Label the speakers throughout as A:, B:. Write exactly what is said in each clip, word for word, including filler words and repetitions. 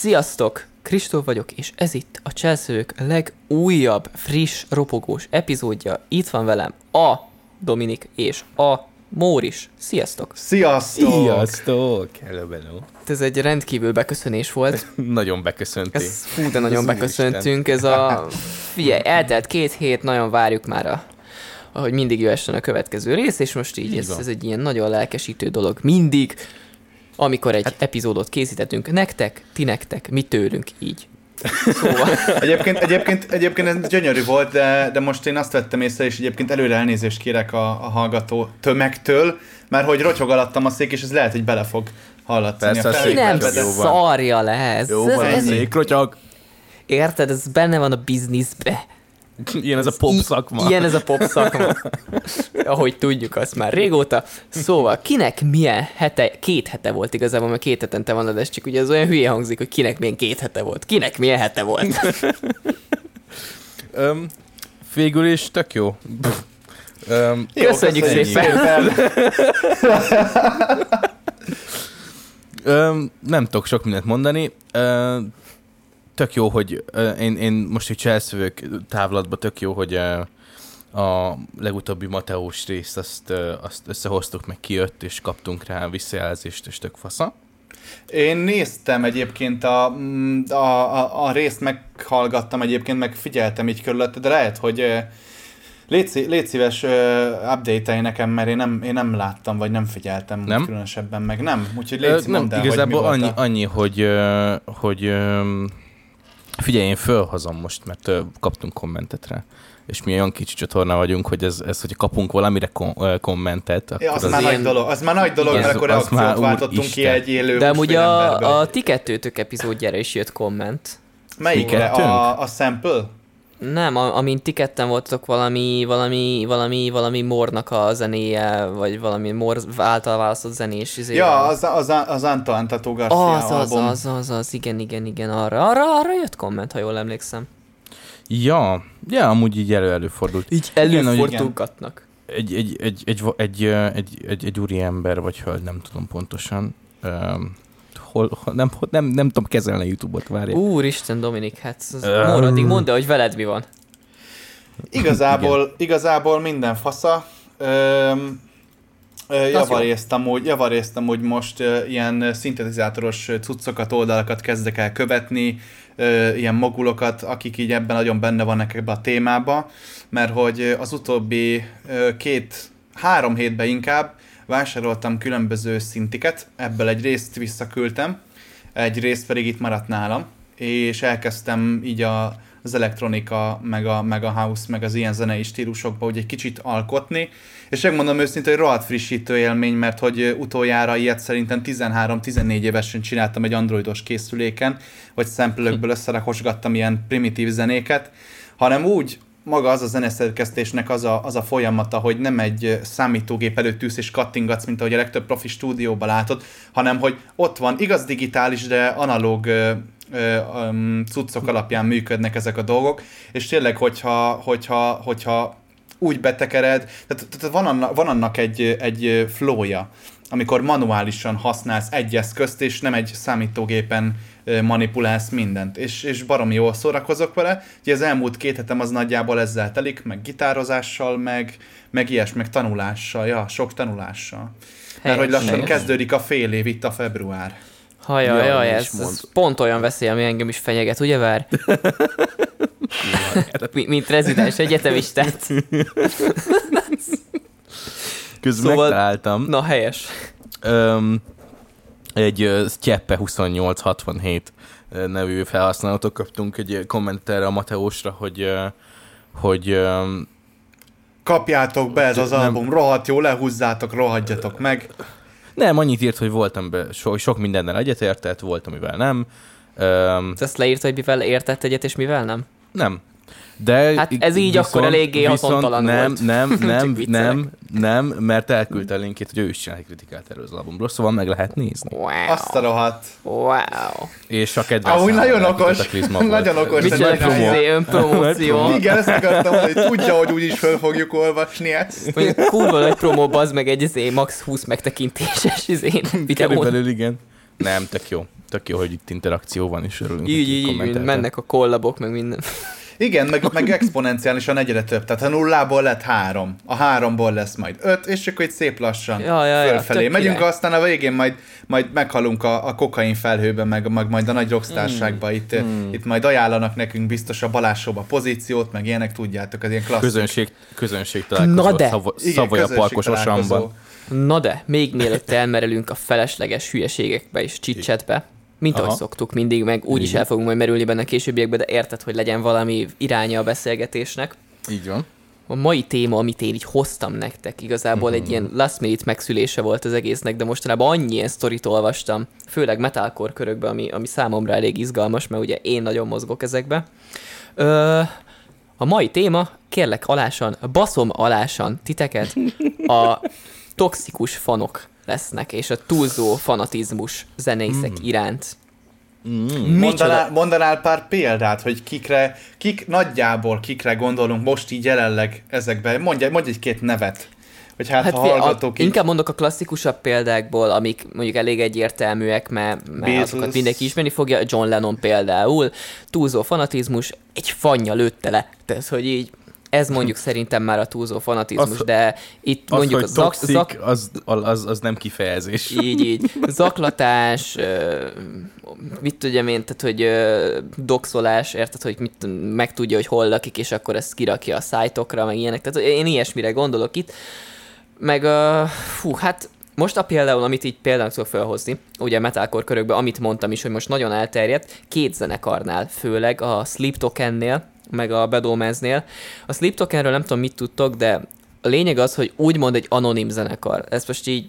A: Sziasztok! Kristóf vagyok, és ez itt a Cselszövők legújabb, friss, ropogós epizódja. Itt van velem a Dominik és a Móris. Sziasztok!
B: Sziasztok!
C: Sziasztok! Hello, hello.
A: Ez egy rendkívül beköszönés volt.
C: Nagyon beköszöntél.
A: Ez, fú, de nagyon beköszöntünk. Ez a... Figyelj, eltelt két hét, nagyon várjuk már a... ahogy mindig jöhessen a következő rész, és most így, így ez, ez egy ilyen nagyon lelkesítő dolog. Mindig, amikor egy hát... epizódot készítettünk nektek, ti nektek, mi tőlünk így. Szóval...
B: egyébként, egyébként, egyébként ez gyönyörű volt, de, de most én azt vettem észre, és egyébként előre elnézést kérek a, a hallgató tömegtől, mert hogy rotyog alattam a szék, és ez lehet, hogy bele fog hallatszani.
C: Persze,
B: a
A: ki nem
B: de...
A: szarja le ez.
C: Jó van, a szék rotyog.
A: Érted, ez benne van a bizniszbe.
C: Ilyen ez a pop szakma.
A: I- ilyen ez a pop szakma. Ahogy tudjuk azt már régóta. Szóval, kinek milyen hete, két hete volt igazából, mert két hetente van adás, csak ugye ez olyan hülye hangzik, hogy kinek milyen két hete volt. Kinek milyen hete volt.
C: um, végül is tök jó. Um,
A: jó köszönjük szépen.
C: um, nem tudok sok mindent mondani. Uh, Tök jó, hogy uh, én, én most egy Cselszövők távlatban tök jó, hogy uh, a legutóbbi Mateós részt azt, uh, azt összehoztuk, meg kijött, és kaptunk rá visszajelzést, és tök fasza.
B: Én néztem egyébként a, a, a, a részt, meghallgattam egyébként, meg figyeltem így körülött, de lehet, hogy uh, légy, légy szíves uh, update-elj nekem, mert én nem, én nem láttam, vagy nem figyeltem nem? különösebben, meg nem. Úgyhogy légy szíves, mondd el,
C: igazából
B: hogy mi
C: annyi, annyi, hogy, uh, hogy um, figyelj, én fölhozom most, mert uh, kaptunk kommentet rá. És mi olyan kicsi csatorna vagyunk, hogy ez, ez hogy kapunk valamire kom- uh, kommentet, akkor
B: ja, az,
C: az
B: már
C: ilyen...
B: nagy dolog, az már nagy dolog, igen, mert akkor reakciót váltottunk ki egy élő
A: de amúgy a, a ti kettőtök epizódjára is jött komment.
B: Melyikre? A, a sample?
A: Nem, a, amint ti ketten voltatok valami, valami, valami, valami Mornak a zenéje, vagy valami Mor által választott zenés izé.
B: Ja, az, az, az Antoine Tattoo Garcia
A: az, az,
B: album.
A: az, az, az, igen, igen, igen, arra, arra, arra jött komment, ha jól emlékszem.
C: Ja, ja, amúgy így elő előfordult.
A: Így előfordulgatnak.
C: Egy, egy, egy, egy, egy, egy, egy, egy úri ember, vagy hölgy, nem tudom pontosan. Um, hol, hol, nem, nem, nem tudom kezelni a YouTube-ot, várjál.
A: Úristen, Dominik, hát um, Móradig mondd el, hogy veled mi van.
B: Igazából, igazából minden fasza. Öm, javarészt amúgy, javarészt amúgy most uh, ilyen szintetizátoros cuccokat, oldalakat kezdek el követni, uh, ilyen mogulokat, akik így ebben nagyon benne vannak ebbe a témába, mert hogy az utóbbi uh, két, három hétben inkább vásároltam különböző szintiket, ebből egy részt visszaküldtem, egy részt pedig itt maradt nálam, és elkezdtem így a az elektronika, meg a, meg a house, meg az ilyen zenei stílusokba úgy egy kicsit alkotni, és megmondom őszintén, hogy rohadt frissítő élmény, mert hogy utoljára ilyet szerintem tizenhárom-tizennégy évesen csináltam egy androidos készüléken, vagy szempelőkből összerakosgattam ilyen primitív zenéket, hanem úgy maga az a zeneszerkesztésnek az a, az a folyamata, hogy nem egy számítógép előtt ülsz és kattingatsz, mint ahogy a legtöbb profi stúdióban látod, hanem hogy ott van igaz digitális, de analóg um, cuccok alapján működnek ezek a dolgok, és tényleg, hogyha, hogyha, hogyha úgy betekered, tehát, tehát van, annak, van annak egy, egy flowja, amikor manuálisan használsz egy eszközt, és nem egy számítógépen manipulálsz mindent, és, és baromi jól szórakozok vele. Ugye az elmúlt két hetem az nagyjából ezzel telik, meg gitározással, meg, meg ilyes, meg tanulással, ja, sok tanulással. Mert hogy lassan helyes. Kezdődik a fél év, itt a február.
A: Hajaj, jaj, ez, ez pont olyan veszély, ami engem is fenyeget, ugye vár? Mint rezidens egyetemistát.
C: Közben szóval, megtaláltam.
A: Na, helyes.
C: Um, egy uh, Stjeppe huszonnyolc hatvanhét uh, nevű felhasználótól kaptunk egy kommentet erre a Mateósra, hogy, uh, hogy um,
B: kapjátok be ez az nem, album, rohadt jó, lehúzzátok, rohadjatok meg.
C: Nem, annyit írt, hogy voltam be, so, sok mindennel egyetértett, volt, amivel nem. Um,
A: Ezt leírta, hogy mivel értett egyet, és mivel nem?
C: Nem. De
A: hát ez így viszont, akkor eléggé haszontalan
C: nem,
A: volt.
C: Nem, nem, nem, nem, mert elküldte a linkét, hogy ő is csinál egy kritikát erről az albumról, szóval meg lehet nézni.
A: Wow.
B: Azt a rohadt.
A: Wow.
C: És a kedves
B: ahogy nagyon okos, nagyon okos.
A: Mit csinálsz, önpromóció?
B: Igen, ezt akartam mondani, hogy tudja, hogy úgyis föl fogjuk olvasni ezt.
A: Mondjuk kurva nagy promó, bazd meg egy izé, max húsz megtekintéses izé, videón.
C: Körülbelül igen. Nem, tök jó. Tök jó, hogy itt interakció van, és örülünk.
A: Így, így, így, mennek a kollabok, meg minden.
B: Igen, meg, meg exponenciálisan egyre több. Tehát a nullából lett három, a háromból lesz majd öt, és akkor itt szép lassan
A: ja, ja,
B: fölfelé.
A: Ja,
B: megyünk, aztán a végén majd, majd meghalunk a, a kokain felhőben, meg, meg majd a nagy rockstárságban. Mm. Itt, mm. itt majd ajánlanak nekünk biztos a Balázs-showba pozíciót, meg ilyenek, tudjátok, az ilyen klasszik.
C: Közönség, közönség találkozó Szavo- Szavoya Parkos Osamban.
A: Na de, még mielőtt elmerülünk a felesleges hülyeségekbe és chit-chatbe, mint ahogy szoktuk mindig, meg úgy is el fogunk majd merülni benne a későbbiekbe, de érted, hogy legyen valami iránya a beszélgetésnek.
C: Így van.
A: A mai téma, amit én így hoztam nektek, igazából mm-hmm. egy ilyen last minute megszülése volt az egésznek, de mostanában annyi ilyen sztorit olvastam, főleg metalcore körökben, ami, ami számomra elég izgalmas, mert ugye én nagyon mozgok ezekbe. Ö, a mai téma, kérlek alásan, baszom alásan titeket, a toxikus fanok lesznek, és a túlzó fanatizmus zenészek mm. iránt.
B: Mm. Mondanál, mondanál pár példát, hogy kikre, kik nagyjából kikre gondolunk most így jelenleg ezekben? Mondj, mondj egy-két nevet. Hogy hát, hát ha hallgatók
A: a, így... Inkább mondok a klasszikusabb példákból, amik mondjuk elég egyértelműek, mert, mert azokat mindenki ismerni fogja. John Lennon például. Túlzó fanatizmus, egy fanya lőtte le. Tehát, hogy így ez mondjuk szerintem már a túlzó fanatizmus, az, de itt
C: az,
A: mondjuk
C: a
A: zak,
C: toxic,
A: zak...
C: az, az, az nem kifejezés.
A: Így, így. Zaklatás, mit tudjam én, tehát, hogy doxolás, érted, hogy mit, megtudja, hogy hol lakik, és akkor ezt kirakja a szájtokra, meg ilyenek. Tehát én ilyesmire gondolok itt. Meg, uh, fú, hát most a például, amit így például tudok felhozni, ugye metalcore körökben, amit mondtam is, hogy most nagyon elterjedt, két zenekarnál, főleg a Sleep Tokennél, meg a Bad Omensnél. A Sleep Tokenről nem tudom, mit tudtok, de a lényeg az, hogy úgymond egy anonim zenekar. Ez most így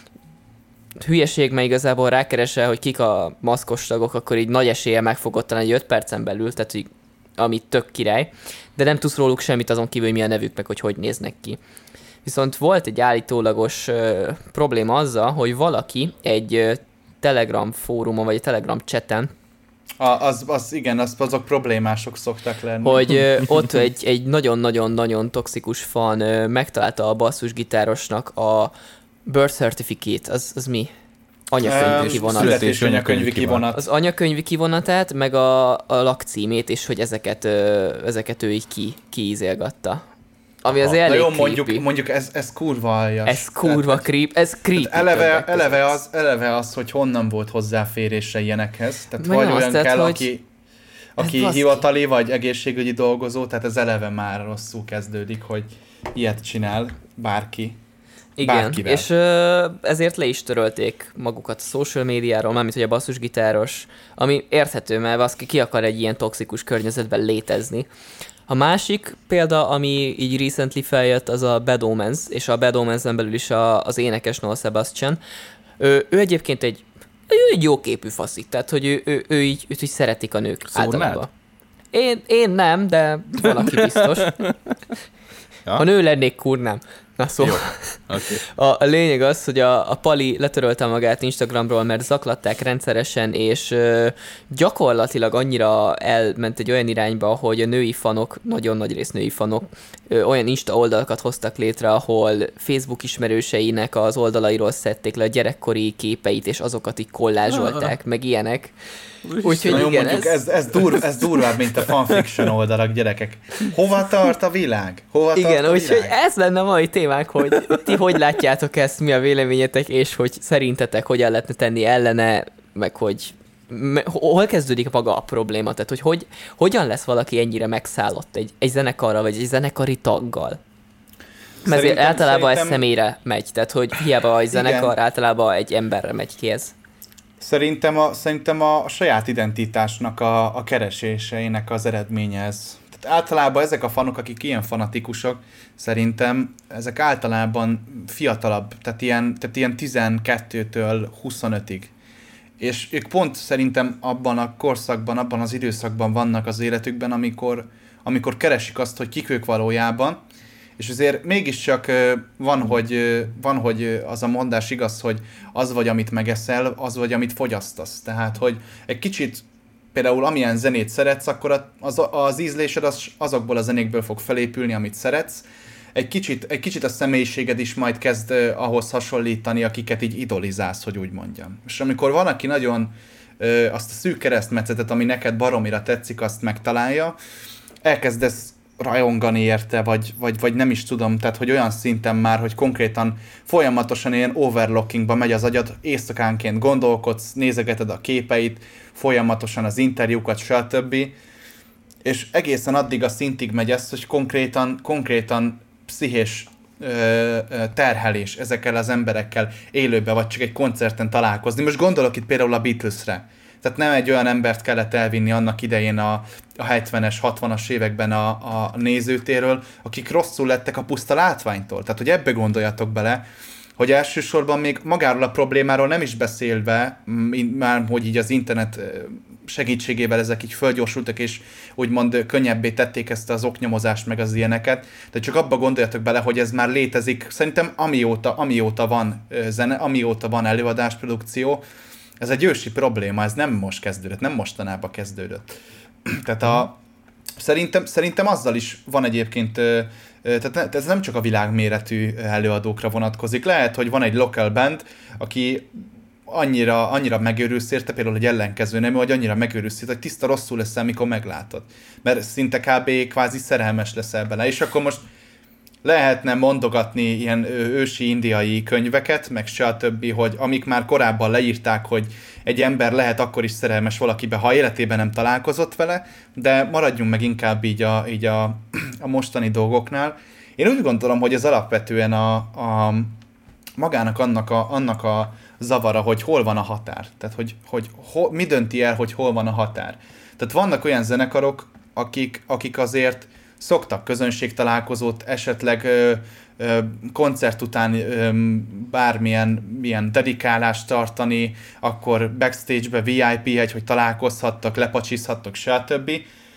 A: hülyeség, mert igazából rákeresel, hogy kik a maszkos tagok, akkor így nagy eséllyel meg fogod találni egy öt percen belül, tehát hogy amit tök király, de nem tudsz róluk semmit azon kívül, hogy mi a nevük, meg hogy hogy néznek ki. Viszont volt egy állítólagos uh, probléma azzal, hogy valaki egy uh, Telegram fórumon, vagy egy Telegram chaten,
B: A, az, az igen, az, azok problémások szoktak lenni.
A: Hogy ö, ott egy, egy nagyon-nagyon-nagyon toxikus fan ö, megtalálta a basszusgitárosnak a birth certificate, az, az mi? Anyakönyvi kivonat.
B: Születési anyakönyvi kivonat.
A: Az anyakönyvi kivonatát, meg a, a lakcímét, és hogy ezeket, ö, ezeket ő így ki, kiízélgatta. Ami az elég
B: jó,
A: creepy.
B: mondjuk, mondjuk ez, ez kurva aljas.
A: Ez kurva tehát, creep, ez creepy.
B: Eleve, eleve, az, eleve az, hogy honnan volt hozzáférésre ilyenekhez. Tehát
A: meg
B: vagy
A: az,
B: olyan
A: tehát,
B: kell,
A: hogy
B: aki, aki hivatali, vagy egészségügyi dolgozó, tehát ez eleve már rosszul kezdődik, hogy ilyet csinál bárki.
A: Igen,
B: bárkivel.
A: És ö, ezért le is törölték magukat a social médiáról, mármint hogy a basszusgitáros, ami érthető, mert az ki akar egy ilyen toxikus környezetben létezni. A másik példa, ami így recently feljött, az a Bad Omens, és a Bad Omensen belül is a, az énekes Noel Sebastian. Ő, ő egyébként egy, ő egy jóképű faszik, tehát hogy ő, ő, ő így, őt így szeretik a nők
C: Szórnád?
A: általában. Én, én nem, de valaki biztos. Ja? Ha nő lennék, kurnám. Na szóval okay. a, a lényeg az, hogy a, a Pali letörölte magát Instagramról, mert zaklatták rendszeresen, és ö, gyakorlatilag annyira elment egy olyan irányba, hogy a női fanok, nagyon nagy rész női fanok, ö, olyan Insta oldalakat hoztak létre, ahol Facebook ismerőseinek az oldalairól szedték le a gyerekkori képeit, és azokat így kollázsolták, meg ilyenek. Úgyhogy
B: igen,
A: igen,
B: mondjuk ez, ez, ez, dur, ez durvább, mint a fanfiction oldalak, gyerekek. Hova tart a világ? Hova tart
A: igen,
B: a
A: úgyhogy
B: világ?
A: ez lenne a mai témánk, hogy ti hogy látjátok ezt, mi a véleményetek, és hogy szerintetek hogyan lehetne tenni ellene, meg hogy me, hol kezdődik maga a probléma, tehát hogy, hogy hogyan lesz valaki ennyire megszállott egy, egy zenekarral, vagy egy zenekari taggal. Mert szerintem, általában szerintem... ez személyre megy, tehát hogy hiába egy zenekar, igen. Általában egy emberre megy ki ez.
B: Szerintem a, szerintem a saját identitásnak a, a kereséseinek az eredménye ez. Tehát általában ezek a fanok, akik ilyen fanatikusok, szerintem ezek általában fiatalabb, tehát ilyen, tehát ilyen tizenkettőtől huszonötig. És ők pont szerintem abban a korszakban, abban az időszakban vannak az életükben, amikor, amikor keresik azt, hogy kik ők valójában, és azért mégiscsak van hogy, van, hogy az a mondás igaz, hogy az vagy, amit megeszel, az vagy, amit fogyasztasz. Tehát, hogy egy kicsit például amilyen zenét szeretsz, akkor az, az ízlésed az, azokból a zenékből fog felépülni, amit szeretsz. egy kicsit, egy kicsit a személyiséged is majd kezd uh, ahhoz hasonlítani, akiket így idolizálsz, hogy úgy mondjam. És amikor van, aki nagyon uh, azt a szűk keresztmetszetet, ami neked baromira tetszik, azt megtalálja, elkezdesz rajongani érte, vagy, vagy, vagy nem is tudom, tehát hogy olyan szinten már, hogy konkrétan folyamatosan ilyen overlockingba megy az agyad, éjszakánként gondolkodsz, nézegeted a képeit, folyamatosan az interjúkat, stb. És egészen addig a szintig megy ez, hogy konkrétan, konkrétan pszichés ö, ö, terhelés ezekkel az emberekkel élőben, vagy csak egy koncerten találkozni. Most gondolok itt például a Beatlesre. Tehát nem egy olyan embert kellett elvinni annak idején a, a hetvenes, hatvanas években a, a nézőtéről, akik rosszul lettek a puszta látványtól. Tehát, hogy ebbe gondoljatok bele, hogy elsősorban még magáról a problémáról nem is beszélve, már hogy így az internet segítségével ezek így fölgyorsultak, és úgymond könnyebbé tették ezt az oknyomozást, meg az ilyeneket, de csak abba gondoljatok bele, hogy ez már létezik, szerintem amióta, amióta van zene, amióta van előadásprodukció, ez egy ősi probléma, ez nem most kezdődött, nem mostanában kezdődött. Tehát a, szerintem, szerintem azzal is van egyébként, tehát ez nem csak a világméretű előadókra vonatkozik. Lehet, hogy van egy local band, aki annyira, annyira megőrülsz érte, például egy ellenkező nemű, hogy annyira megőrülsz érte, hogy tiszta rosszul leszel, mikor meglátod. Mert szinte kb. Kvázi szerelmes leszel bele. És akkor most lehetne mondogatni ilyen ősi indiai könyveket, meg stb., hogy amik már korábban leírták, hogy egy ember lehet akkor is szerelmes valakibe, ha életében nem találkozott vele, de maradjunk meg inkább így a, így a, a mostani dolgoknál. Én úgy gondolom, hogy ez alapvetően a, a magának annak a, annak a zavara, hogy hol van a határ. Tehát, hogy, hogy hol, mi dönti el, hogy hol van a határ. Tehát vannak olyan zenekarok, akik, akik azért szoktak közönségtalálkozót, esetleg ö, ö, koncert után ö, bármilyen milyen dedikálást tartani, akkor backstage-be vé i pé egy, hogy találkozhattak, lepacsizhattak, stb.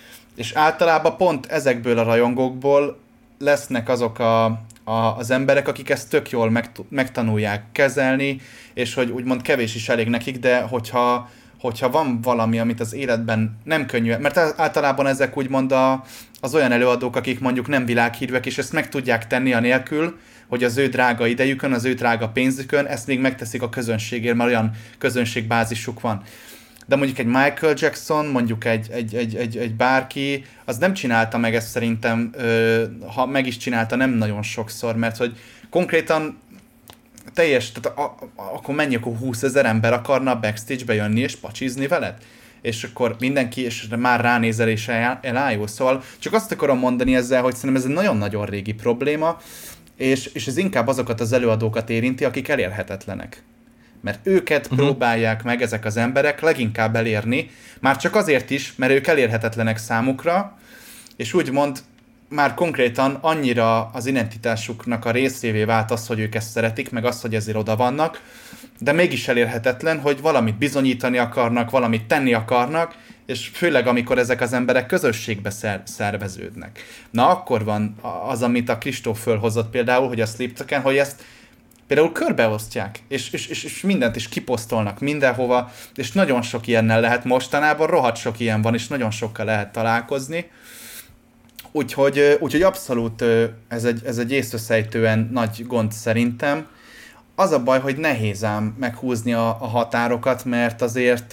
B: És általában pont ezekből a rajongókból lesznek azok a, a, az emberek, akik ezt tök jól meg, megtanulják kezelni, és hogy úgymond kevés is elég nekik, de hogyha hogyha van valami, amit az életben nem könnyű, mert általában ezek úgymond a, az olyan előadók, akik mondjuk nem világhírűek, és ezt meg tudják tenni anélkül, hogy az ő drága idejükön, az ő drága pénzükön, ezt még megteszik a közönségért, mert olyan közönségbázisuk van. De mondjuk egy Michael Jackson, mondjuk egy, egy, egy, egy, egy bárki, az nem csinálta meg ezt szerintem, ha meg is csinálta, nem nagyon sokszor, mert hogy konkrétan teljes, tehát a, a, akkor mennyi, akkor húszezer ember akarna backstage-be jönni és pacsizni veled? És akkor mindenki, és már ránézel és el, elájul. Szóval csak azt akarom mondani ezzel, hogy szerintem ez egy nagyon-nagyon régi probléma, és, és ez inkább azokat az előadókat érinti, akik elérhetetlenek. Mert őket uh-huh. próbálják meg ezek az emberek leginkább elérni, már csak azért is, mert ők elérhetetlenek számukra, és úgymond már konkrétan annyira az identitásuknak a részévé vált az, hogy ők ezt szeretik, meg az, hogy ezért oda vannak, de mégis elérhetetlen, hogy valamit bizonyítani akarnak, valamit tenni akarnak, és főleg amikor ezek az emberek közösségbe szer- szerveződnek. Na akkor van az, amit a Kristóf fölhozott például, hogy a Sleep Token, hogy ezt például körbeosztják, és, és, és, és mindent is kiposztolnak mindenhova, és nagyon sok ilyennel lehet mostanában, rohadt sok ilyen van, és nagyon sokkal lehet találkozni. Úgyhogy, úgyhogy abszolút ez egy, ez egy észreszejtően nagy gond szerintem. Az a baj, hogy nehéz ám meghúzni a, a határokat, mert azért,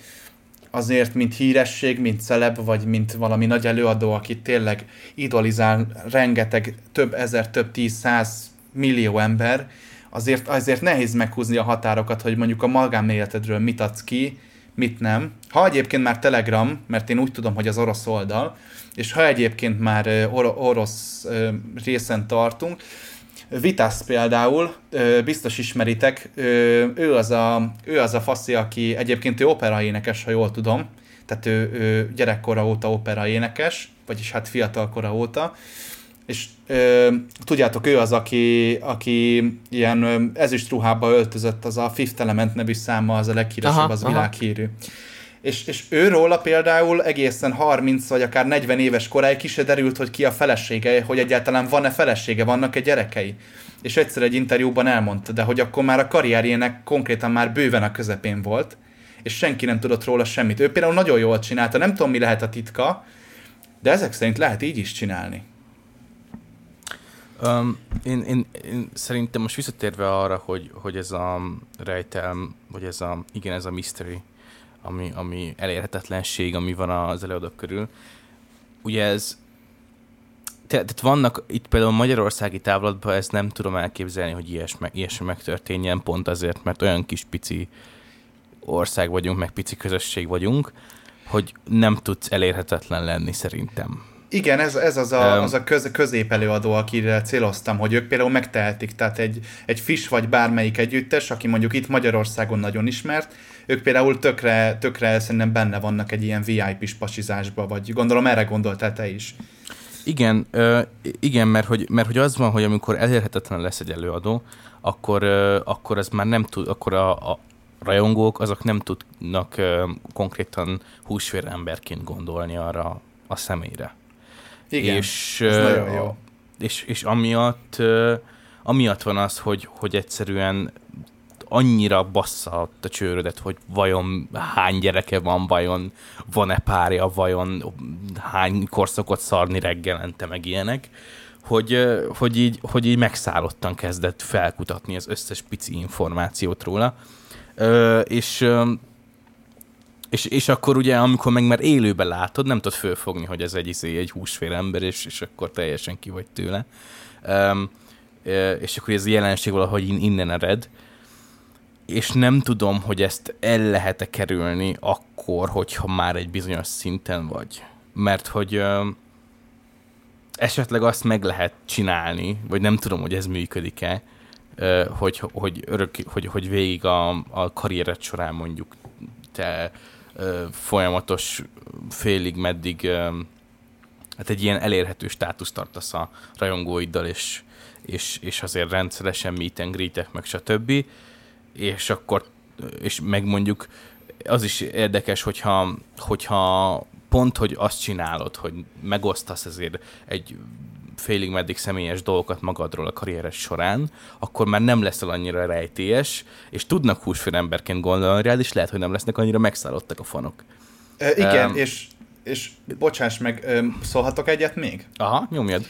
B: azért, mint híresség, mint celeb, vagy mint valami nagy előadó, akit tényleg idolizál rengeteg, több ezer, több tíz, száz millió ember, azért, azért nehéz meghúzni a határokat, hogy mondjuk a magánéletedről mit adsz ki, mit nem. Ha egyébként már Telegram, mert én úgy tudom, hogy az orosz oldal, és ha egyébként már or- orosz részen tartunk, Vitász például, biztos ismeritek, ő az a, ő az a faszi, aki egyébként ő operaénekes, ha jól tudom, tehát ő, ő gyerekkora óta operaénekes, vagyis hát fiatalkora óta, és ö, tudjátok, ő az, aki, aki ilyen ezüst ruhába öltözött, az a Fifth Element nevű száma, az a leghíresebb, az világhírű. És, és őróla például egészen harminc vagy akár negyven éves koráig ki se derült, hogy ki a felesége, hogy egyáltalán van-e felesége, vannak-e gyerekei. És egyszer egy interjúban elmondta, de hogy akkor már a karrierjének konkrétan már bőven a közepén volt, és senki nem tudott róla semmit. Ő például nagyon jól csinálta, nem tudom, mi lehet a titka, de ezek szerint lehet így is csinálni.
C: Um, én, én, én szerintem most visszatérve arra, hogy, hogy ez a rejtelm, vagy ez a, igen, ez a mystery, ami, ami elérhetetlenség, ami van az előadók körül, ugye ez, tehát vannak itt például magyarországi távlatban, ezt nem tudom elképzelni, hogy ilyesmi, ilyesmi megtörténjen, pont azért, mert olyan kis pici ország vagyunk, meg pici közösség vagyunk, hogy nem tudsz elérhetetlen lenni szerintem.
B: Igen, ez, ez az a, az a köz, középelőadó, akire céloztam, hogy ők például megtehetik. Tehát egy, egy Fish vagy bármelyik együttes, aki mondjuk itt Magyarországon nagyon ismert, ők például tökre, tökre szerintem benne vannak egy ilyen vé i pés pasizásba, vagy gondolom erre gondoltál te is.
C: Igen, ö, igen mert, hogy, mert hogy az van, hogy amikor elérhetetlen lesz egy előadó, akkor, ö, akkor az már nem tud, akkor a, a rajongók azok nem tudnak ö, konkrétan húsvér emberként gondolni arra a személyre.
B: Igen,
C: és,
B: ez uh, nagyon jó.
C: És, és amiatt, uh, amiatt van az, hogy, hogy egyszerűen annyira bassza a csőrödet, hogy vajon hány gyereke van, vajon van-e párja, vajon hánykor szokott szarni reggelente, meg ilyenek, hogy, uh, hogy, így, hogy így megszállottan kezdett felkutatni az összes pici információt róla. Uh, és... Uh, És, és akkor ugye, amikor meg már élőben látod, nem tudod fölfogni, hogy ez egy, izé, egy húsvér ember, és, és akkor teljesen ki vagy tőle. Um, és akkor ez a jelenség valahogy innen ered. És nem tudom, hogy ezt el lehet-e kerülni akkor, hogyha már egy bizonyos szinten vagy. Mert hogy um, esetleg azt meg lehet csinálni, vagy nem tudom, hogy ez működik-e, uh, hogy, hogy, örök, hogy, hogy végig a, a karriered során mondjuk te folyamatos félig meddig hát egy ilyen elérhető státuszt tartasz a rajongóiddal, és, és, és azért rendszeresen meet and greetek, meg stb. És akkor, és meg mondjuk az is érdekes, hogyha, hogyha pont, hogy azt csinálod, hogy megosztasz azért egy félig meddig személyes dolgokat magadról a karrieres során, akkor már nem leszel annyira rejtélyes, és tudnak húsvér emberként gondolni rád, és lehet, hogy nem lesznek annyira megszállottak a fanok.
B: E, igen, um, és, és bocsáss meg, szólhatok egyet még?
C: Aha, nyomjad.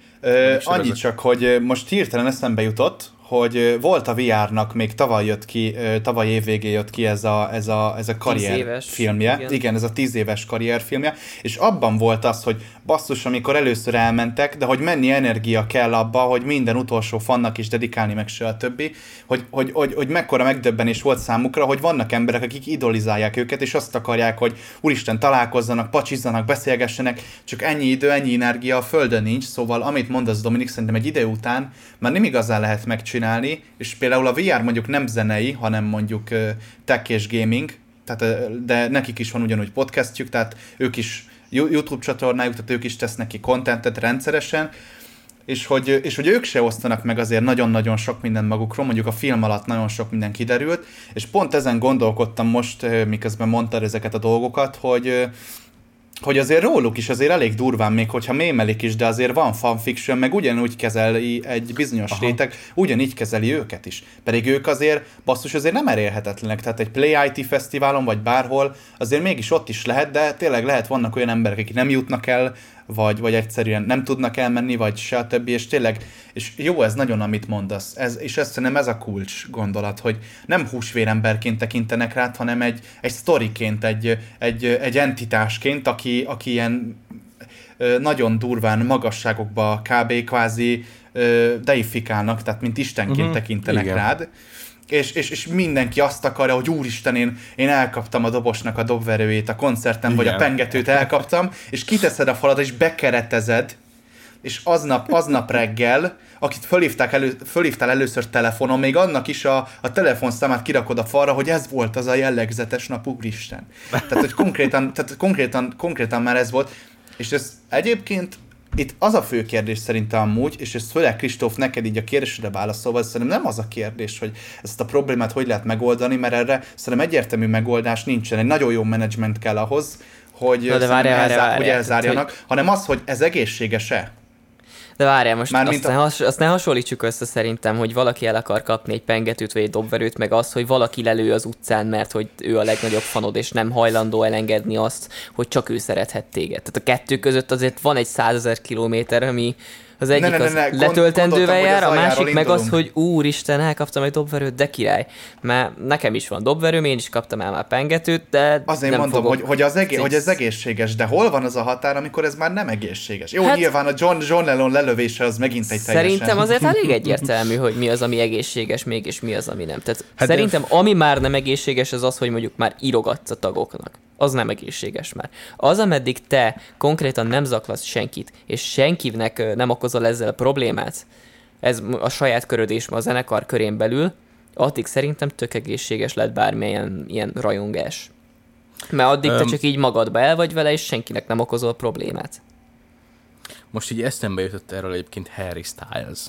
B: E, annyit csak, hogy most hirtelen eszembe jutott, hogy volt a vé er-nak, még tavaly jött ki, tavaly évvégén jött ki ez a, ez a, ez a karrierfilmje. Igen. igen, ez a tíz éves karrierfilmje, és abban volt az, hogy basszus, amikor először elmentek, de hogy mennyi energia kell abba, hogy minden utolsó fannak is dedikálni, meg se a többi, hogy, hogy, hogy, hogy mekkora megdöbbenés volt számukra, hogy vannak emberek, akik idolizálják őket, és azt akarják, hogy úristen, találkozzanak, pacsizzanak, beszélgessenek, csak ennyi idő, ennyi energia a földön nincs, szóval amit mondasz, Dominik, szerintem egy idő után már nem igazán lehet megcsinálni, és például a vé er mondjuk nem zenei, hanem mondjuk uh, tech és gaming, tehát, uh, de nekik is van ugyanúgy podcastjük, tehát ők is YouTube csatornájuk, tehát ők is tesznek ki contentet rendszeresen, és hogy, és hogy ők se osztanak meg azért nagyon-nagyon sok mindent magukról, mondjuk a film alatt nagyon sok minden kiderült, és pont ezen gondolkodtam most, uh, miközben mondtad ezeket a dolgokat, hogy uh, hogy azért róluk is azért elég durván, még hogyha mémelik is, de azért van fanfiction, meg ugyanúgy kezeli egy bizonyos Aha. réteg, ugyanígy kezeli őket is. Pedig ők azért, basszus, azért nem elérhetetlenek, tehát egy Play i té fesztiválon, vagy bárhol, azért mégis ott is lehet, de tényleg lehet, vannak olyan emberek, akik nem jutnak el, vagy, vagy egyszerűen nem tudnak elmenni, vagy se a többi, és tényleg, és jó ez nagyon, amit mondasz, ez, és ezt szerintem ez a kulcs gondolat, hogy nem húsvéremberként tekintenek rád, hanem egy, egy sztoriként, egy, egy, egy entitásként, aki, aki ilyen nagyon durván magasságokba kb. Kvázi deifikálnak, tehát mint istenként uh-huh. tekintenek Igen. rád, És, és, és mindenki azt akarja, hogy úristen, én, én elkaptam a dobosnak a dobverőjét a koncerten, Igen. vagy a pengetőt elkaptam, és kiteszed a falat, és bekeretezed, és aznap, aznap reggel, akit fölhívták elő, fölhívtál először telefonon, még annak is a, a telefonszámát kirakod a falra, hogy ez volt az a jellegzetes nap, úristen. Tehát, hogy konkrétan, tehát konkrétan, konkrétan már ez volt, és ez egyébként itt az a fő kérdés szerintem amúgy, és ez főleg Kristóf neked így a kérdésre válaszolva, szerintem nem az a kérdés, hogy ezt a problémát hogy lehet megoldani, mert erre szerintem egyértelmű megoldás nincsen. Egy nagyon jó menedzsment kell ahhoz, hogy,
A: de várjál,
B: elzár,
A: várjál,
B: hogy elzárjanak, hogy... hanem az, hogy ez egészséges-e.
A: De várjál, most
B: Már
A: azt, a... ne has, azt ne hasonlítsuk össze szerintem, hogy valaki el akar kapni egy pengetőt vagy egy dobverőt, meg az, hogy valaki lelő az utcán, mert hogy ő a legnagyobb fanod, és nem hajlandó elengedni azt, hogy csak ő szerethet téged. Tehát a kettő között azért van egy százezer kilométer, ami Az egyik ne, ne, ne, ne. az letöltendővel jár, a másik meg az, hogy úristen, elkaptam egy dobverőt, de király. Mert nekem is van dobverőm, én is kaptam el már pengetőt, de
B: azért
A: nem
B: mondom,
A: fogok...
B: hogy, hogy, az egész, hogy ez egészséges, de hol van az a határ, amikor ez már nem egészséges? Jó, hát... nyilván a John, John Lennon lelövése az megint egy teljesen...
A: Szerintem azért elég egyértelmű, hogy mi az, ami egészséges még, és mi az, ami nem. Tehát hát szerintem de... ami már nem egészséges, az az, hogy mondjuk már írogatsz a tagoknak. Az nem egészséges már. Az, ameddig te konkrétan nem zaklasz senkit, és senkinek nem okozol ezzel a problémát, ez a saját köröd és a zenekar körén belül, addig szerintem tök egészséges lett bármilyen ilyen rajongás. Mert addig um, te csak így magadba el vagy vele, és senkinek nem okozol problémát.
C: Most így eszembe jutott erről egyébként Harry Styles.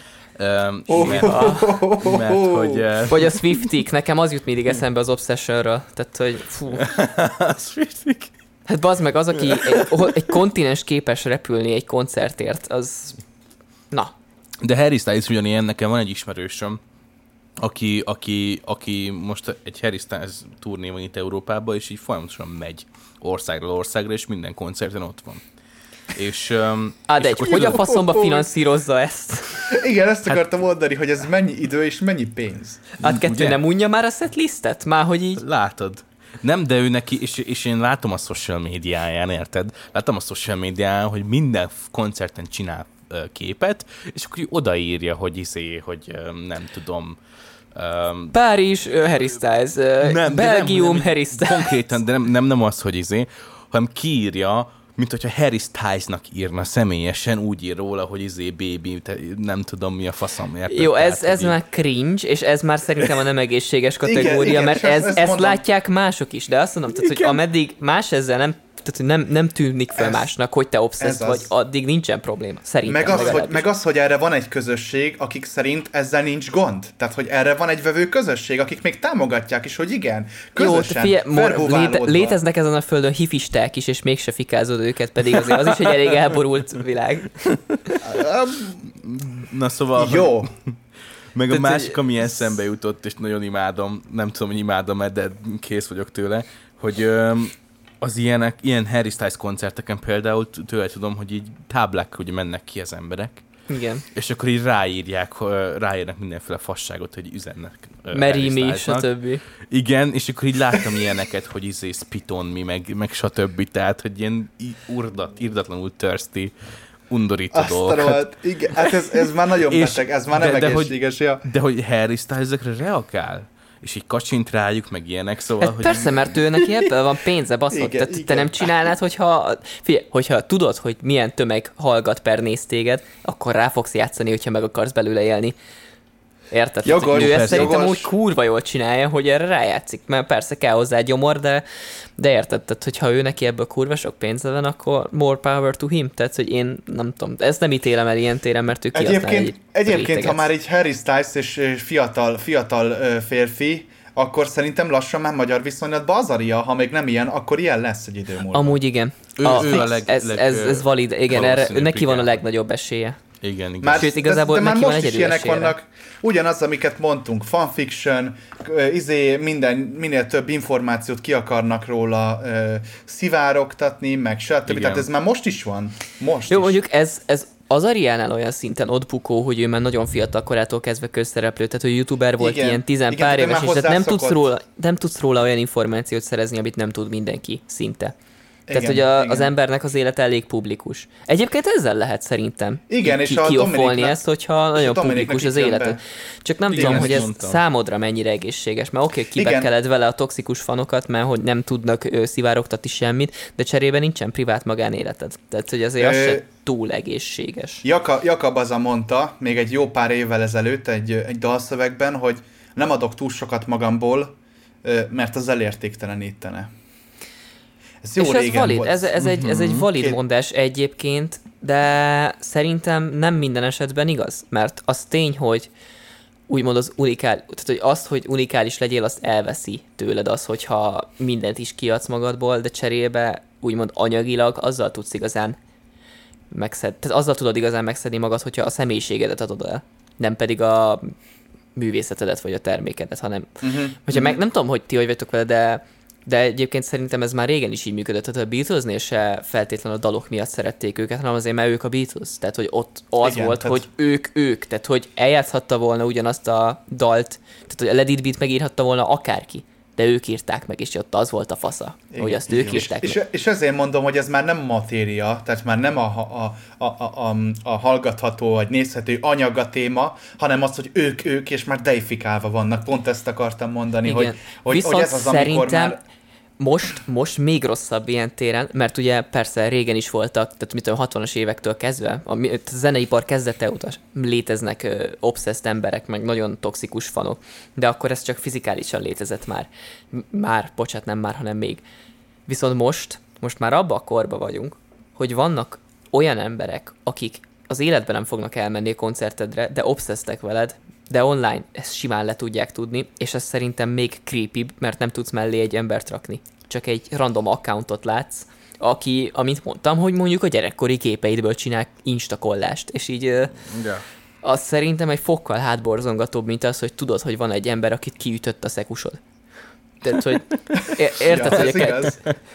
C: Um, oh, mert, a, mert hogy... Uh...
A: Vagy a Swiftik, nekem az jut mindig eszembe az Obsessionről. Tehát, hogy fú.
C: A Swiftik.
A: Hát bazd meg, az, aki egy, egy kontinens képes repülni egy koncertért, az... Na.
C: De Harry Styles ugyanilyen, nekem van egy ismerősöm, aki, aki, aki most egy Harry Styles turné van itt Európában, és így folyamatosan megy országról országra, és minden koncerten ott van. És, um,
A: Á, de egy, hogy a faszomba finanszírozza ezt?
B: Igen, ezt akartam hát, mondani, hogy ez mennyi idő és mennyi pénz.
A: Hát kettő ugye? Nem unja már a setlistet? Már hogy így...
C: Látod. Nem, de ő neki, és, és én látom a social médiáján, érted? Látom a social médiáján, hogy minden koncerten csinál uh, képet, és akkor odaírja, hogy izé, hogy um, nem tudom...
A: Um, Párizs, uh, Harry Styles, uh, nem, Belgium, nem, nem, Harry Styles.
C: Konkrétan, de nem, nem, nem az, hogy izé, hanem kiírja, mint hogyha Harry Stylesnak írna személyesen, úgy ír róla, hogy izé baby, nem tudom mi a faszom. Érted?
A: Jó, ez, Tehát, ez már cringe, és ez már szerintem a nem egészséges kategória, igen, igen, mert ez, ezt, ezt látják mások is, de azt mondom, tehát, hogy ameddig más ezzel nem, tehát, hogy nem, nem tűnik fel ez, másnak, hogy te obszessz vagy, addig nincsen probléma. Szerintem.
B: Meg az, hogy, meg az, hogy erre van egy közösség, akik szerint ezzel nincs gond. Tehát, hogy erre van egy vevő közösség, akik még támogatják is, hogy igen, közösen,
A: jó, figyelj, léte, léteznek ezen a földön hifisták is, és mégse fikázod őket, pedig azért az is egy elég elborult világ.
C: Na szóval...
B: Jó.
C: Meg a Tehát, másik, ami eszembe jutott, és nagyon imádom, nem tudom, hogy imádom-e, de kész vagyok tőle, hogy... az ilyenek, ilyen Harry Styles koncerteken például tőle tudom, hogy így táblák, hogy mennek ki az emberek.
A: Igen.
C: És akkor így ráírják, ráírnak mindenféle fasságot, hogy üzennek
A: Meri mi, stb.
C: Igen, és akkor így láttam ilyeneket, hogy izé spit on me, meg, meg stb. Tehát, hogy ilyen urdat, irdatlanul thirsty, undorító dolgokat.
B: Igen, hát ez, ez már nagyon beteg, ez már nem de, egészséges.
C: De, ja. de hogy Harry Styles ezekre reagál? És így kacsint rájuk, meg ilyenek, szóval...
A: Hát hogy... persze, mert ő neki ebből van pénze, baszod. Tehát igen. Te nem csinálnád, hogyha... Figyelj, hogyha tudod, hogy milyen tömeg hallgat per néz téged, akkor rá fogsz játszani, hogyha meg akarsz belőle élni. Érted?
B: Jogos,
A: ő ezt
B: persze,
A: szerintem
B: jogos.
A: úgy kurva jól csinálja, hogy erre rájátszik, mert persze kell hozzá gyomor, de, de érted? Tehát, hogyha ő neki ebből kurva sok pénze van, akkor more power to him. Tehát, hogy én nem tudom, ezt nem ítélem el ilyen téren, mert ő kihasznál
B: Egyébként,
A: egy
B: egyébként
A: réteget.
B: ha már egy Harry Styles és fiatal, fiatal férfi, akkor szerintem lassan már magyar viszonylatban az aria, ha még nem ilyen, akkor ilyen lesz egy idő múlva.
A: Amúgy igen.
C: Ő,
A: a,
C: ő a leg,
A: ez,
C: leg,
A: ez, ez valid, igen, erre, neki van a legnagyobb esélye.
C: Igen, igen.
B: Már,
A: Sőt, igazából
B: de, de
A: neki
B: már
A: van
B: most
A: egy
B: is ilyenek vannak, ugyanaz, amiket mondtunk, fanfiction, izé, minden, minél több információt ki akarnak róla uh, szivárogtatni, meg stb. Tehát ez már most is van. Most
A: Jó,
B: is.
A: mondjuk ez, ez az Ariánál olyan szinten ott bukó, hogy ő már nagyon fiatal korától kezdve közszereplő, tehát hogy youtuber volt igen, ilyen tizen pár éves, és tehát nem tudsz, róla, nem tudsz róla olyan információt szerezni, amit nem tud mindenki szinte. Tehát, igen, hogy a, az embernek az élete elég publikus. Egyébként ezzel lehet szerintem
B: igen,
A: ki,
B: és a
A: kioffolni ezt, hogyha nagyon publikus az életed. Csak nem igen, tudom, hogy ez mondtam. Számodra mennyire egészséges. Mert oké, okay, kibekeled vele a toxikus fanokat, mert hogy nem tudnak ő, szivárogtatni semmit, de cserébe nincsen privát magánéleted. Tehát, hogy azért Ö... az se túl egészséges.
B: Jaka, Jakab Aza mondta, még egy jó pár évvel ezelőtt egy, egy dalszövegben, hogy nem adok túl sokat magamból, mert az elértéktelenítene. Ez jó
A: és ez valid, volt. Ez, ez, egy, ez egy valid Két... mondás egyébként, de szerintem nem minden esetben igaz, mert az tény, hogy úgymond az unikál, tehát hogy azt, hogy unikális legyél, azt elveszi tőled az, hogyha mindent is kiadsz magadból, de cserébe úgymond anyagilag azzal tudsz igazán megszedni, tehát azzal tudod igazán megszedni magad, hogyha a személyiségedet adod el, nem pedig a művészetedet vagy a termékedet, hanem uh-huh. hogyha uh-huh. meg nem tudom, hogy ti hogy vagytok vele, de De egyébként szerintem ez már régen is így működött, tehát a Beatlesnél se feltétlenül a dalok miatt szerették őket, hanem azért, mert ők a Beatles. Tehát, hogy ott az igen, volt, tehát... hogy ők, ők. Tehát, hogy eljátszhatta volna ugyanazt a dalt, tehát, hogy a Let It Beat megírhatta volna akárki, de ők írták meg, és ott az volt a fasza, igen, hogy azt igen. ők írták
B: és,
A: meg.
B: És, és ezért mondom, hogy ez már nem matéria, tehát már nem a, a, a, a, a, a hallgatható, vagy nézhető anyag a téma, hanem az, hogy ők, ők, és már deifikálva vannak. Pont ezt akartam mondani, igen. hogy, hogy, hogy ez az, amikor már...
A: Most, most még rosszabb ilyen téren, mert ugye persze régen is voltak, tehát mit tudom, hatvanas évektől kezdve, a, a zeneipar kezdete óta léteznek ö, obszeszt emberek, meg nagyon toxikus fanok, de akkor ez csak fizikálisan létezett már. Már, bocsánat, nem már, hanem még. Viszont most, most már abba a korba vagyunk, hogy vannak olyan emberek, akik az életben nem fognak elmenni a koncertedre, de obszesztek veled, de online ezt simán le tudják tudni, és ez szerintem még creepybb, mert nem tudsz mellé egy embert rakni. Csak egy random accountot látsz, aki, amint mondtam, hogy mondjuk a gyerekkori képeidből csinál instakollást, és így yeah. az szerintem egy fokkal hátborzongatóbb, mint az, hogy tudod, hogy van egy ember, akit kiütött a szekusod. Tehát, hogy érted, ja, hogy igaz.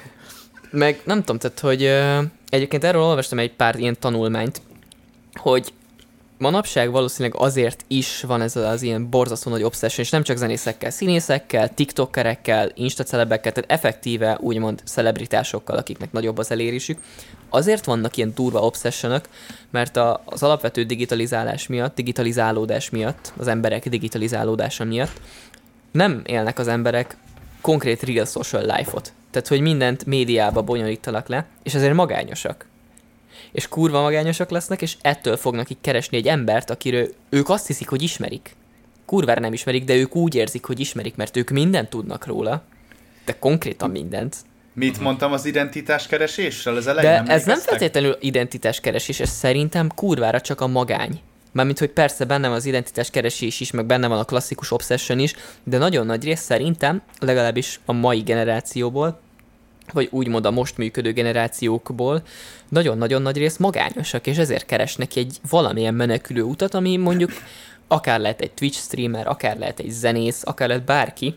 A: Meg nem tudom, tehát, hogy egyébként erről olvastam egy pár ilyen tanulmányt, hogy manapság valószínűleg azért is van ez az ilyen borzasztó nagy obsession, és nem csak zenészekkel, színészekkel, tiktokerekkel, instacelebekkel, tehát effektíve úgymond celebritásokkal, akiknek nagyobb az elérésük. Azért vannak ilyen durva obsessionök, mert a, az alapvető digitalizálás miatt, digitalizálódás miatt, az emberek digitalizálódása miatt nem élnek az emberek konkrét real social life-ot. Tehát, hogy mindent médiába bonyolítanak le, és ezért magányosak. És kurva magányosak lesznek, és ettől fognak így keresni egy embert, akiről ők azt hiszik, hogy ismerik. Kurvára nem ismerik, de ők úgy érzik, hogy ismerik, mert ők mindent tudnak róla, de konkrétan mindent.
B: Mit mondtam az identitáskeresésről? Az elején
A: de
B: nem
A: ez nem feltétlenül identitáskeresés, ez szerintem kurvára csak a magány. Mármint, hogy persze benne van az identitáskeresés is, meg benne van a klasszikus obsession is, de nagyon nagy rész szerintem, legalábbis a mai generációból, vagy úgymond a most működő generációkból nagyon-nagyon nagy rész magányosak, és ezért keresnek egy valamilyen menekülő utat, ami mondjuk akár lehet egy Twitch streamer, akár lehet egy zenész, akár lehet bárki,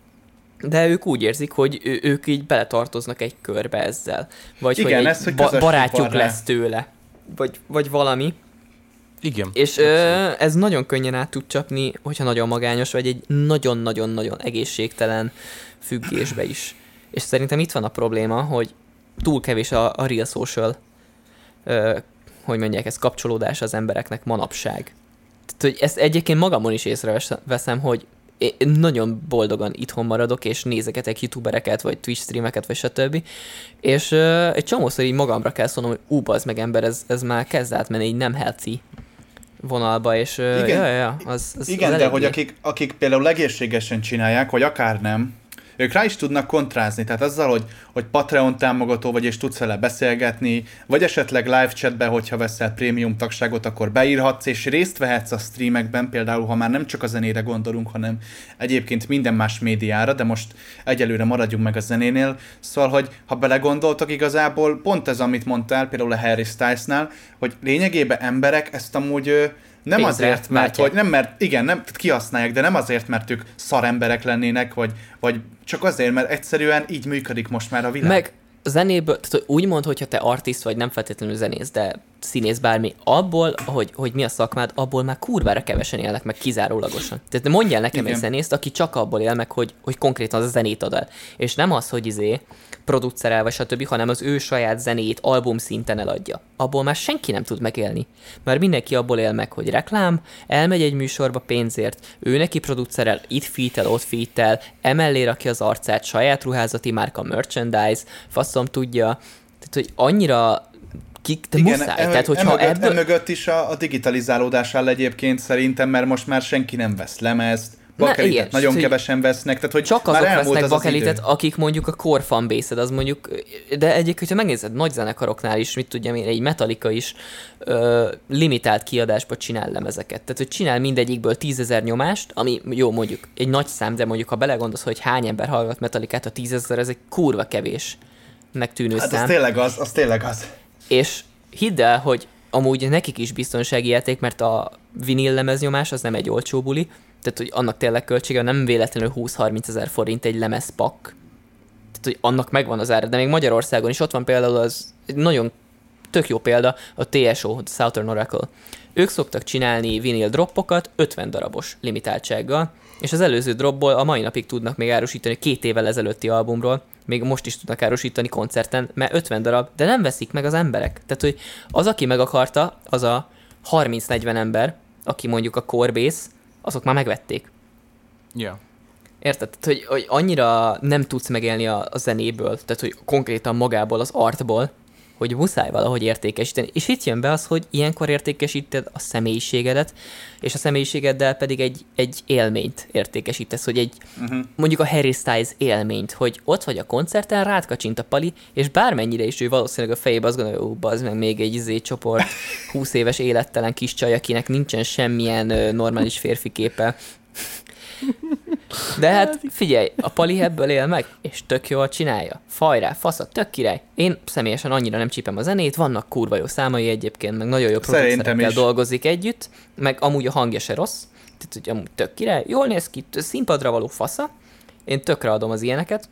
A: de ők úgy érzik, hogy ő, ők így beletartoznak egy körbe ezzel. Vagy igen, hogy egy ez, hogy ba- barátjuk lesz tőle. Vagy, vagy valami.
C: Igen.
A: És ö, ez nagyon könnyen át tud csapni, hogyha nagyon magányos, vagy egy nagyon-nagyon-nagyon egészségtelen függésbe is. És szerintem itt van a probléma, hogy túl kevés a, a real social, ö, hogy mondják, ez kapcsolódás az embereknek manapság. Tehát, hogy ezt egyébként magamon is észreveszem, hogy én nagyon boldogan itthon maradok, és nézegetek youtubereket, vagy Twitch streameket, vagy stb. És ö, egy csomószor így magamra kell szólnom, hogy ú, bazd meg ember, ez, ez már kezd átmenni egy nem healthy vonalba, és ö, igen, ja, ja, az, az,
B: igen
A: az
B: de hogy akik, akik például egészségesen csinálják, vagy akár nem, ők rá is tudnak kontrázni, tehát azzal, hogy, hogy Patreon támogató vagy, és tudsz vele beszélgetni, vagy esetleg live chatben, hogyha veszel prémium tagságot, akkor beírhatsz, és részt vehetsz a streamekben, például, ha már nem csak a zenére gondolunk, hanem egyébként minden más médiára, de most egyelőre maradjunk meg a zenénél, szóval, hogy ha belegondoltak igazából, pont ez, amit mondtál, például a Harry Stylesnál, hogy lényegében emberek ezt amúgy nem pénzre azért, mert látják. Hogy nem, mert igen, nem, kihasználják, de nem azért, mert ők szaremberek lennének, vagy, vagy csak azért, mert egyszerűen így működik most már a világ.
A: Meg a zenéből, tehát úgy mondd, hogyha te artist vagy, nem feltétlenül zenész, de színész bármi, abból, hogy, hogy mi a szakmád, abból már kurvára kevesen élnek meg kizárólagosan. Tehát mondjál nekem igen. egy zenészt, aki csak abból él meg, hogy, hogy konkrétan az a zenét ad el. És nem az, hogy izé producerel, vagy stb., hanem az ő saját zenét album szinten eladja. Abból már senki nem tud megélni. Mert mindenki abból él meg, hogy reklám, elmegy egy műsorba pénzért, ő neki producerel, itt featel, ott featel, emellé rakja az arcát, saját ruházati márka merchandise, faszom tudja. Tehát, hogy annyira ki, te igen, muszáj. E, Tehát, hogyha
B: emögött,
A: ebből...
B: emögött is a, a digitalizálódás áll egyébként szerintem, mert most már senki nem vesz lemezt, bakelitet nagyon szóval kevesen vesznek, tehát hogy
A: csak azok vesznek bakelitet, akik mondjuk a core fanbase-ed, az mondjuk, de egyébként, hogyha megnézed nagy zenekaroknál is, mit tudjam én, egy Metallica is ö, limitált kiadásba csinál lemezeket. Tehát, hogy csinál mindegyikből tízezer nyomást, ami jó mondjuk egy nagy szám, de mondjuk ha belegondolsz, hogy hány ember hallgat Metallicát, a tízezer, ez egy kurva kevésnek tűnő
B: hát
A: szám.
B: az tényleg az, az tényleg az.
A: És hidd el, hogy amúgy nekik is biztonsági játék, mert a vinil lemeznyomás az nem egy olcsó buli, tehát hogy annak tényleg költsége nem véletlenül húsz-harminc ezer forint egy lemezpak. Tehát, hogy annak megvan az ára, de még Magyarországon is ott van például az egy nagyon tök jó példa, a té es o, Southern Oracle. Ők szoktak csinálni vinyl droppokat ötven darabos limitáltsággal, és az előző dropból a mai napig tudnak még árusítani két évvel ezelőtti albumról, még most is tudnak árusítani koncerten, mert ötven darab, de nem veszik meg az emberek. Tehát, hogy az, aki meg akarta, az a harminc-negyven ember, aki mondjuk a core base, azok már megvették.
C: Ja.
A: Érted? Tehát, hogy, hogy annyira nem tudsz megélni a, a zenéből, tehát, hogy konkrétan magából, az artból, hogy muszáj valahogy értékesíteni. És itt jön be az, hogy ilyenkor értékesíted a személyiségedet, és a személyiségeddel pedig egy, egy élményt értékesítesz, hogy egy, uh-huh. mondjuk a Harry Styles élményt, hogy ott vagy a koncerten, rád kacsint a Pali, és bármennyire is ő valószínűleg a fejében azt gondolja, hogy bazd meg még egy izé csoport, húsz éves élettelen kis csaj, akinek nincsen semmilyen ö, normális férfi képe. De hát figyelj, a Pali ebből él meg, és tök jól csinálja. Fajrá, fasza, tök király. Én személyesen annyira nem csípem a zenét, vannak kurva jó számai egyébként, meg nagyon jó producerekkel dolgozik együtt, meg amúgy a hangja se rossz, tehát hogy amúgy tök király, jól néz ki, színpadra való fasza, én tökre adom az ilyeneket.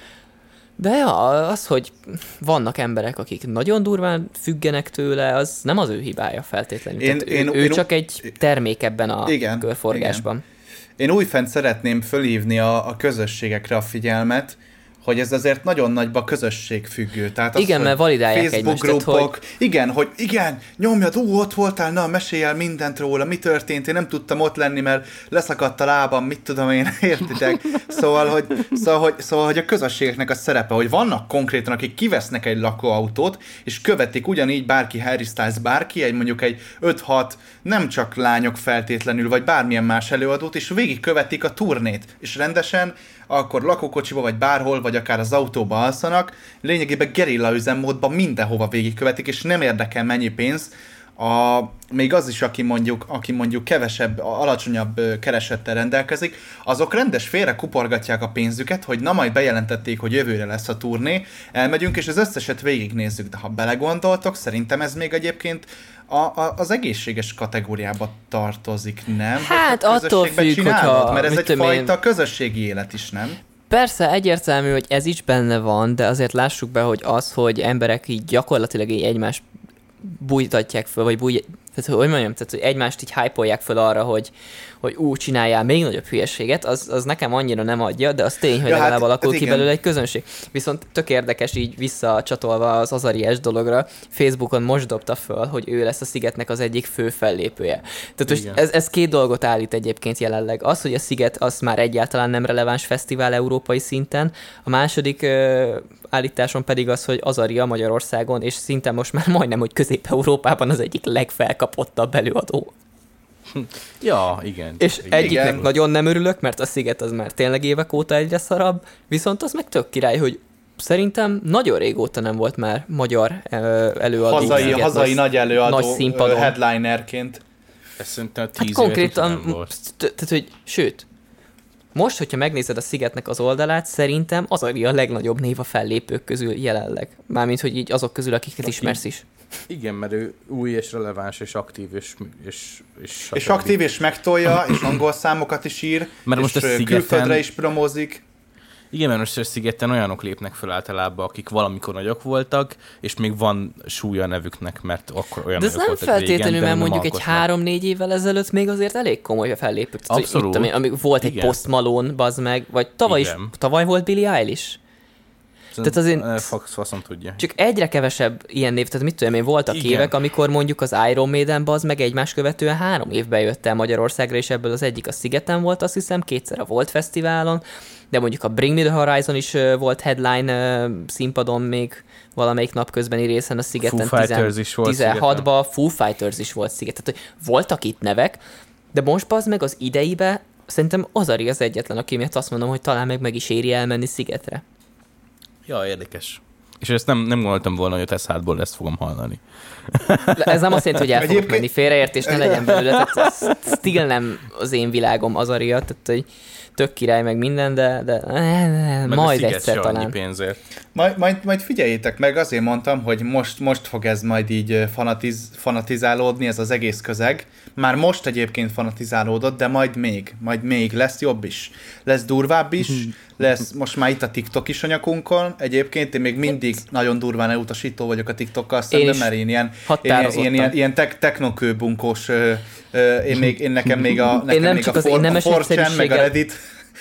A: De ja, az, hogy vannak emberek, akik nagyon durván függenek tőle, az nem az ő hibája feltétlenül. Én, én, ő, ő én, csak egy termék ebben a igen, körforgásban. Igen.
B: Én újfent szeretném fölhívni a, a közösségekre a figyelmet, hogy ez azért nagyon nagyban közösségfüggő. Tehát az,
A: igen, mert validálják
B: Facebook
A: egymást.
B: Grupok,
A: hogy...
B: igen, hogy igen, nyomjad, ú, ott voltál, na, mesélj el mindent róla, mi történt, én nem tudtam ott lenni, mert leszakadt a lábam, mit tudom én, értitek? Szóval hogy, szóval, hogy, szóval, hogy a közösségeknek a szerepe, hogy vannak konkrétan, akik kivesznek egy lakóautót, és követik ugyanígy bárki, Harry Styles, bárki, egy mondjuk egy öt-hat, nem csak lányok feltétlenül, vagy bármilyen más előadót, és végig követik a turnét, és rendesen akkor lakókocsiba, vagy bárhol, vagy akár az autóba alszanak, lényegében gerilla üzemmódban mindenhova végigkövetik, és nem érdekel mennyi pénz, a, még az is, aki mondjuk, aki mondjuk kevesebb, alacsonyabb keresettel rendelkezik, azok rendes félre kuporgatják a pénzüket, hogy na majd bejelentették, hogy jövőre lesz a turné, elmegyünk, és az összeset végignézzük, de ha belegondoltok, szerintem ez még egyébként a, a, az egészséges kategóriába tartozik, nem?
A: Hát attól függ, hogyha...
B: Mert ez egyfajta én... közösségi élet is, nem?
A: Persze, egyértelmű, hogy ez is benne van, de azért lássuk be, hogy az, hogy emberek így gyakorlatilag így egymást bújtatják föl, vagy búj... Tehát, hogy mondjam, tehát, hogy egymást így hype-olják föl arra, hogy, hogy ú, csináljál még nagyobb hülyeséget, az, az nekem annyira nem adja, de az tény, hogy ja, legalább hát, alakul ki belőle egy közönség. Viszont tök érdekes így visszacsatolva az Azariás dologra, Facebookon most dobta föl, hogy ő lesz a Szigetnek az egyik fő fellépője. Tehát most ez, ez két dolgot állít egyébként jelenleg. Az, hogy a Sziget az már egyáltalán nem releváns fesztivál európai szinten, a második ö, állításon pedig az, hogy Azaria Magyarországon, és szinte most már majdnem, hogy Közép-Európában az egyik legfelkapottabb előadó.
C: Ja, igen.
A: És
C: igen.
A: egyiknek
C: igen.
A: nagyon nem örülök, mert a Sziget az már tényleg évek óta egyre szarabb, viszont az meg tök király, hogy szerintem nagyon régóta nem volt már magyar előadó.
B: Hazai,
A: Sziget,
B: hazai nagy előadó,
A: nagy színpadon.
B: Headlinerként.
C: Ez szerintem tíz
A: hát konkrétan, nem volt. Tehát, hogy sőt, most, hogyha megnézed a Szigetnek az oldalát, szerintem az a legnagyobb név a fellépők közül jelenleg. Mármint, hogy így azok közül, akiket Aki, ismersz is.
C: Igen, mert ő új és releváns, és aktív, és... És, és,
B: és aktív, és megtolja, és angol számokat is ír, mert és most a külföldre is promózik.
C: Igen, mert most a Szigeten olyanok lépnek fel általában, akik valamikor nagyok voltak, és még van súlya nevüknek, mert akkor olyan
A: de nagyok voltak régen. De ez nem feltétlenül, mert mondjuk alkotnak. Egy három-négy évvel ezelőtt még azért elég komoly a fellépők.
C: Abszolút.
A: Tudom, amíg volt egy Post Malone, bazd meg, vagy tavaly igen. is, tavaly volt Billie Eilish.
C: Tehát azért faszom tudja.
A: Csak egyre kevesebb ilyen név, tehát mit tudom én, voltak igen. évek, amikor mondjuk az Iron Maiden bazd meg egymás követően három évben jött el Magyarországra, és ebből az egyik a Szigeten volt, azt hiszem, kétszer a Volt Fesztiválon, de mondjuk a Bring Me The Horizon is uh, volt headline uh, színpadon még valamelyik napközbeni részen a Szigeten.
C: Foo Fighters is volt
A: tizenhatban Foo Fighters is volt Szigeten. Tehát, hogy voltak itt nevek, de most bazd meg az ideibe szerintem Azari az egyetlen, aki miatt azt mondom, hogy talán meg meg is éri elmenni Szigetre.
C: Ja, érdekes. És ezt nem, nem gondoltam volna, hogy a te szádból ezt fogom hallani.
A: Ez nem azt jelenti, hogy el fogok menni félreértés, ne legyen belőle. Tehát still nem az én világom az Aria, tehát hogy tök király meg minden, de, de
C: meg
A: majd egyszer talán.
C: Pénzért.
B: Majd, majd, majd figyeljétek meg, azért mondtam, hogy most, most fog ez majd így fanatiz, fanatizálódni, ez az egész közeg. Már most egyébként fanatizálódott, de majd még, majd még lesz jobb is. Lesz durvább is, lesz most már itt a TikTok is a nyakunkon. Egyébként én még mindig nagyon durván elutasító vagyok a TikTokkal szemben, mert én ilyen, én ilyen, ilyen, ilyen tek, technokőbunkós, én, még, én nekem még a, nekem
A: én nem
B: még
A: csak
B: a,
A: az
B: for, a four chan, meg a Reddit.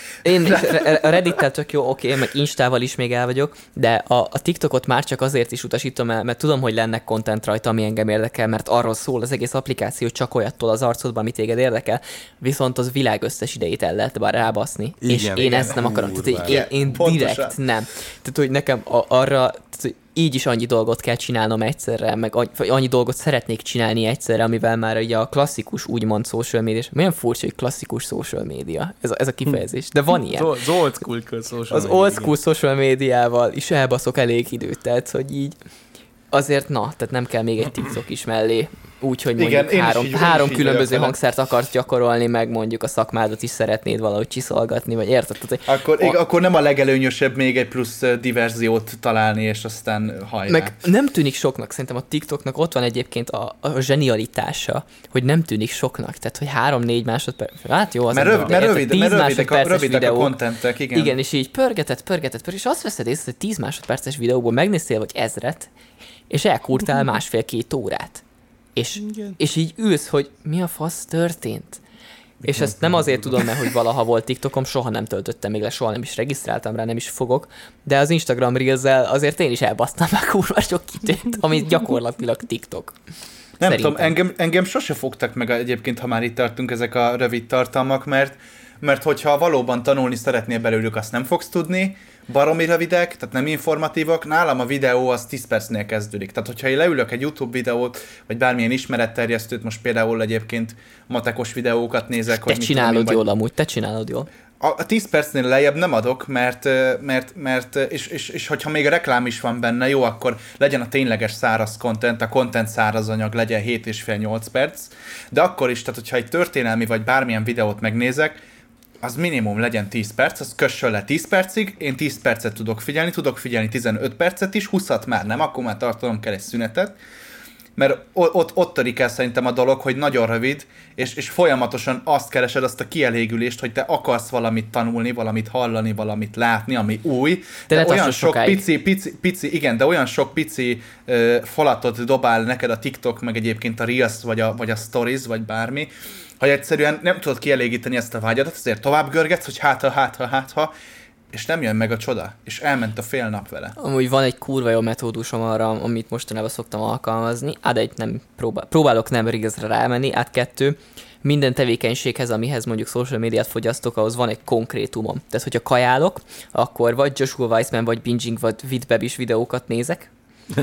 A: Én a Reddit-tel tök jó, oké, okay, meg Instával is még el vagyok, de a, a TikTokot már csak azért is utasítom el, mert tudom, hogy lenne content rajta, ami engem érdekel, mert arról szól az egész applikáció, csak olyattól az arcodban, amit téged érdekel, viszont az világ összes idejét el lehet bár rábaszni. Igen, és én igen, ezt nem akarom. Tehát, én, én direkt nem. Tehát, hogy nekem a, arra... Tehát, így is annyi dolgot kell csinálnom egyszerre, meg annyi dolgot szeretnék csinálni egyszerre, amivel már ugye a klasszikus úgymond social media, milyen furcsa, hogy klasszikus social media, ez a, ez a kifejezés, de van ilyen.
C: Az old school social
A: Az
C: media,
A: old school social médiával is elbaszok elég időt, tehát hogy így azért na, tehát nem kell még egy TikTok is mellé. Úgyhogy mondjuk igen, három, így, három különböző hangszert akarsz gyakorolni, meg mondjuk a szakmádat is szeretnéd valahogy csiszolgatni, vagy érted? Tehát,
B: akkor, a... akkor nem a legelőnyösebb még egy plusz diverziót találni, és aztán hajrá.
A: Meg nem tűnik soknak, szerintem a TikToknak ott van egyébként a, a zsenialitása, hogy nem tűnik soknak, tehát hogy három-négy másodperc, hát jó, az
B: mert, rövid, mert, rövid, mert rövidek, a, rövidek videó, a kontentek, igen.
A: Igen, és így pörgetett, pörgetett, pörgetett, és azt veszed észre, hogy tíz másodperces videóból megnéztél, vagy ezret, és elkurtál másfél-két órát. És, és így ülsz, hogy mi a fasz történt? És ezt nem azért tudom, mert hogy valaha volt TikTokom, soha nem töltöttem még le, soha nem is regisztráltam rá, nem is fogok, de az Instagram Reels-zel azért én is elbasztam már kurva sok időt, ami gyakorlatilag TikTok.
B: Nem Szerintem. tudom, engem, engem sose fogtak meg egyébként, ha már itt tartunk ezek a rövid tartalmak, mert, mert hogyha valóban tanulni szeretnél belőlük, azt nem fogsz tudni, baromi rövidek, tehát nem informatívak, nálam a videó az tíz percnél kezdődik. Tehát, hogyha én leülök egy YouTube videót, vagy bármilyen ismeretterjesztőt, most például egyébként matekos videókat nézek,
A: te hogy csinálod jól, vagy... amúgy, te csinálod jól.
B: A, a tíz percnél lejjebb nem adok, mert, mert, mert és, és, és hogyha még a reklám is van benne, jó, akkor legyen a tényleges száraz content, a content száraz anyag legyen hét és fél nyolc perc, de akkor is, tehát hogyha egy történelmi vagy bármilyen videót megnézek, az minimum legyen tíz perc, az kössön le tíz percig, én tíz percet tudok figyelni, tudok figyelni tizenöt percet is, húszat már nem, akkor már tartalom kell egy szünetet, mert ott, ott törik el szerintem a dolog, hogy nagyon rövid, és, és folyamatosan azt keresed, azt a kielégülést, hogy te akarsz valamit tanulni, valamit hallani, valamit látni, ami új, de, de olyan sok sokáig. pici, pici, pici, igen, de olyan sok pici uh, falatot dobál neked a TikTok, meg egyébként a Reels, vagy a, vagy a Stories, vagy bármi, hogy egyszerűen nem tudod kielégíteni ezt a vágyadat, ezért tovább görgetsz, hogy hát ha, hát ha, hát ha, és nem jön meg a csoda, és elment a fél nap vele.
A: Amúgy van egy kurva jó metódusom arra, amit mostanában szoktam alkalmazni, át egy nem próbál, próbálok nem Reelsre rámenni, át kettő, minden tevékenységhez, amihez mondjuk social médiát fogyasztok, ahhoz van egy konkrétumom. Tehát, hogyha kajálok, akkor vagy Joshua Weissman, vagy binging, vagy vidbebis videókat nézek,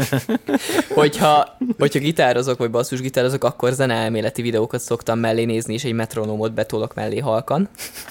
A: hogyha, hogyha gitározok, vagy basszusgitározok, akkor zeneelméleti videókat szoktam mellé nézni, és egy metronómot betolok mellé halkan.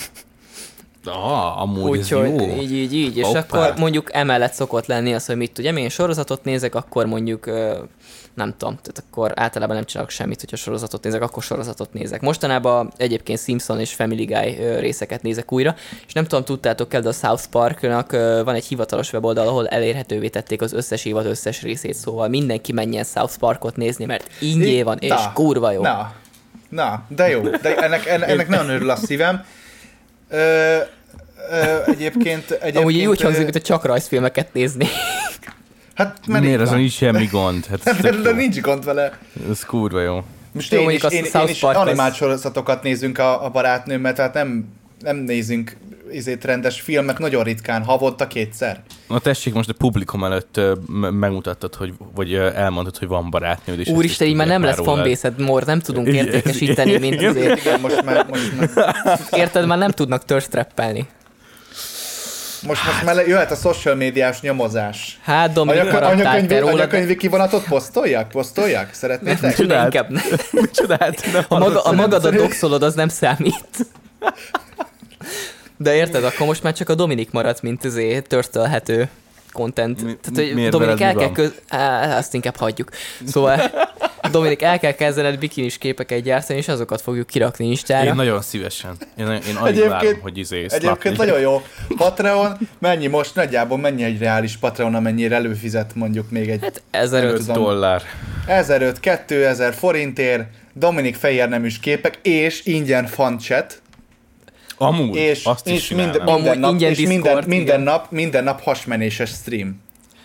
C: Ah, amúgy ez
A: jó.
C: Így,
A: így, így, és Hoppá. Akkor mondjuk emellett szokott lenni az, hogy mit tudjam, én sorozatot nézek, akkor mondjuk nem tudom, tehát akkor általában nem csinálok semmit, hogyha sorozatot nézek, akkor sorozatot nézek. Mostanában egyébként Simpson és Family Guy részeket nézek újra, és nem tudom, tudtátok el, de a South Parknak van egy hivatalos weboldal, ahol elérhetővé tették az összes évad összes részét, szóval mindenki menjen South Parkot nézni, mert ingyen van, és na, kurva jó.
B: Na, na, de jó, de ennek, ennek, ennek nagyon örül a szívem. Ö, ö, egyébként, egyébként...
A: Amúgy úgy hangzik, hogy csak rajzfilmeket nézni.
B: Hát,
C: miért azon nincs semmi gond? Hát
B: de, de nincs gond vele.
C: Ez kurva jó.
B: Most én, is, én, én is animált sorozatokat nézünk a, a barátnőmmel, tehát nem, nem nézünk izét rendes filmet, nagyon ritkán, havonta kétszer.
C: Na tessék, most a publikum előtt megmutattad, hogy, vagy elmondtad, hogy van barátnőd. És
A: úristen, így már nem lesz fanbase-ed, Mor, nem tudunk értékesíteni, mint azért.
B: Igen, most már, most már.
A: Érted, már nem tudnak törstrappelni.
B: Most, most már jöhet a social médiás nyomozás.
A: Hát, Dominik,
B: anyakönyvi, anyakönyvi kivonatot posztolják? Posztolják? Szeretnétek?
A: Csodált. Inkább nem.
C: Csodált.
A: A, maga, a magadat doxolod, az nem számít. De érted, akkor most már csak a Dominik maradt, mint azért törtölhető content.
C: Mi,
A: Tehát, hogy
C: miért
A: Dominik el kell
C: köz...
A: köz... Á, azt inkább hagyjuk. Szóval Dominik, el kell kezdened bikinis képeket gyártani, és azokat fogjuk kirakni Instára.
C: Én nagyon szívesen. Én, én alig várom, hogy izé
B: Egyébként nagyon jó. Patreon, mennyi most nagyjából, mennyi egy reális Patreon, amennyire előfizet mondjuk még egy...
A: Hát ezeröt
C: dollár.
B: ezeröt, kétezer forintért, Dominik fejérneműs képek, és ingyen fanchat.
C: Amúgy,
B: és,
C: azt is
B: és minden,
A: Amúgy
B: minden nap,
A: ingyen
B: és
A: Discord,
B: minden, minden,
A: igen.
B: nap, minden nap hasmenéses stream.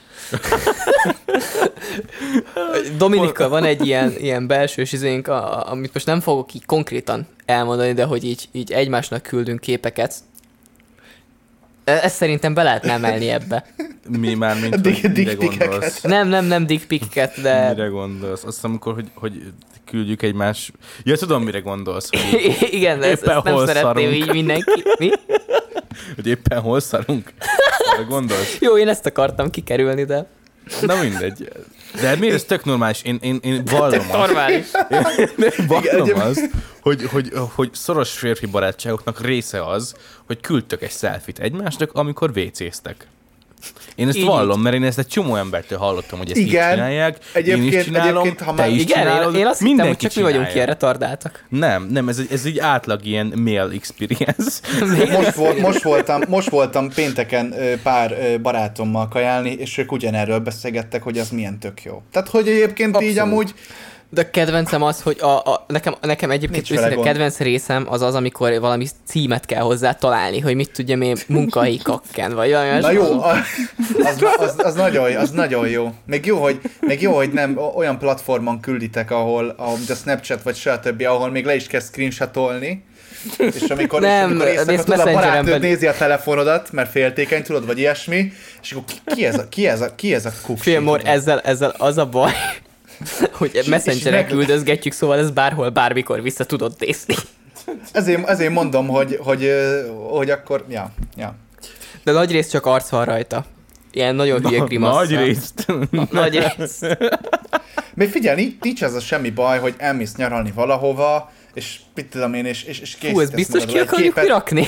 A: Dominikkal van egy ilyen, ilyen belsős izénk, a, amit most nem fogok így konkrétan elmondani, de hogy így, így egymásnak küldünk képeket. Ezt szerintem be lehetne emelni ebbe.
C: Mi már, mint
B: Dick-
C: hogy mire
B: dick
C: gondolsz?
A: Nem, nem, nem dick pic-eket, de...
C: Mire gondolsz? Azt amikor, hogy, hogy küldjük egymás... Ja, tudom, mire gondolsz. Hogy
A: Igen, de ezt,
C: éppen
A: ezt nem
C: hol
A: szeretném
C: szarunk.
A: így mindenki. Mi?
C: hogy éppen hol szarunk. Arra gondolsz?
A: Jó, én ezt akartam kikerülni, de...
C: Na mindegy. De miért ez tök normális? Én, én, én vallom azt.
A: Normális.
C: Én vallom azt, hogy, hogy, hogy szoros férfi barátságoknak része az, hogy küldtök egy selfie-t egymásnak, amikor vécéztek. Én ezt
A: Így,
C: vallom, mert én ezt egy csomó embertől hallottam, hogy ezt
B: Igen.
C: így csinálják.
B: Egyébként-
C: én is csinálom,
B: egyébként, ha
C: te
B: már-
C: is
A: Igen,
C: csinálod,
A: én, én azt hittem, hogy
C: mindenki
A: csak mi vagyunk
C: csinálja.
A: ilyen retardáltak.
C: Nem, nem, ez, egy- ez egy átlag ilyen male experience.
B: Most, vol, most, voltam, most voltam pénteken ö, pár ö, barátommal kajálni, és ők ugyanerről beszélgettek, hogy az milyen tök jó. Tehát, hogy egyébként
A: Abszolút.
B: így amúgy...
A: De a kedvencem az, hogy a, a, nekem, nekem egyébként
B: Nincs vele
A: őszintén a
B: gond.
A: kedvenc részem az az, amikor valami címet kell hozzá találni, hogy mit tudjam én, munkai kakken, vagy valami.
B: Na jó, a- az, az, az, nagyon, az nagyon jó. Még jó, hogy, még jó, hogy nem olyan platformon külditek, ahol a, a Snapchat vagy stb., ahol még le is kell screenshotolni, és amikor,
A: Nem,
B: és amikor éjszaka
A: ezt
B: tudod, a
A: Messengeren
B: barátnőd
A: pedig-
B: nézi a telefonodat, mert féltékeny, tudod, vagy ilyesmi, és akkor ki, ki ez a, ki ez a, ki ez a kuksi?
A: Félmor, ezzel, ezzel az a baj, hogy
B: és
A: Messengeren
B: meg-
A: küldözgetjük, szóval ez bárhol, bármikor vissza tudod nézni.
B: Ezért, ezért mondom, hogy, hogy, ö, hogy akkor, ja, ja.
A: De nagy rész csak arc van rajta. Ilyen nagyon hülye grimasszal.
C: Nagy részt.
A: Nagy rész.
B: Még figyelj, nincs ez a semmi baj, hogy elmész nyaralni valahova, és mit tudom én, és, és, és készítesz
A: Hú, ezt biztos ki
B: magadról egy
A: akarjuk
B: képet.
A: kirakni?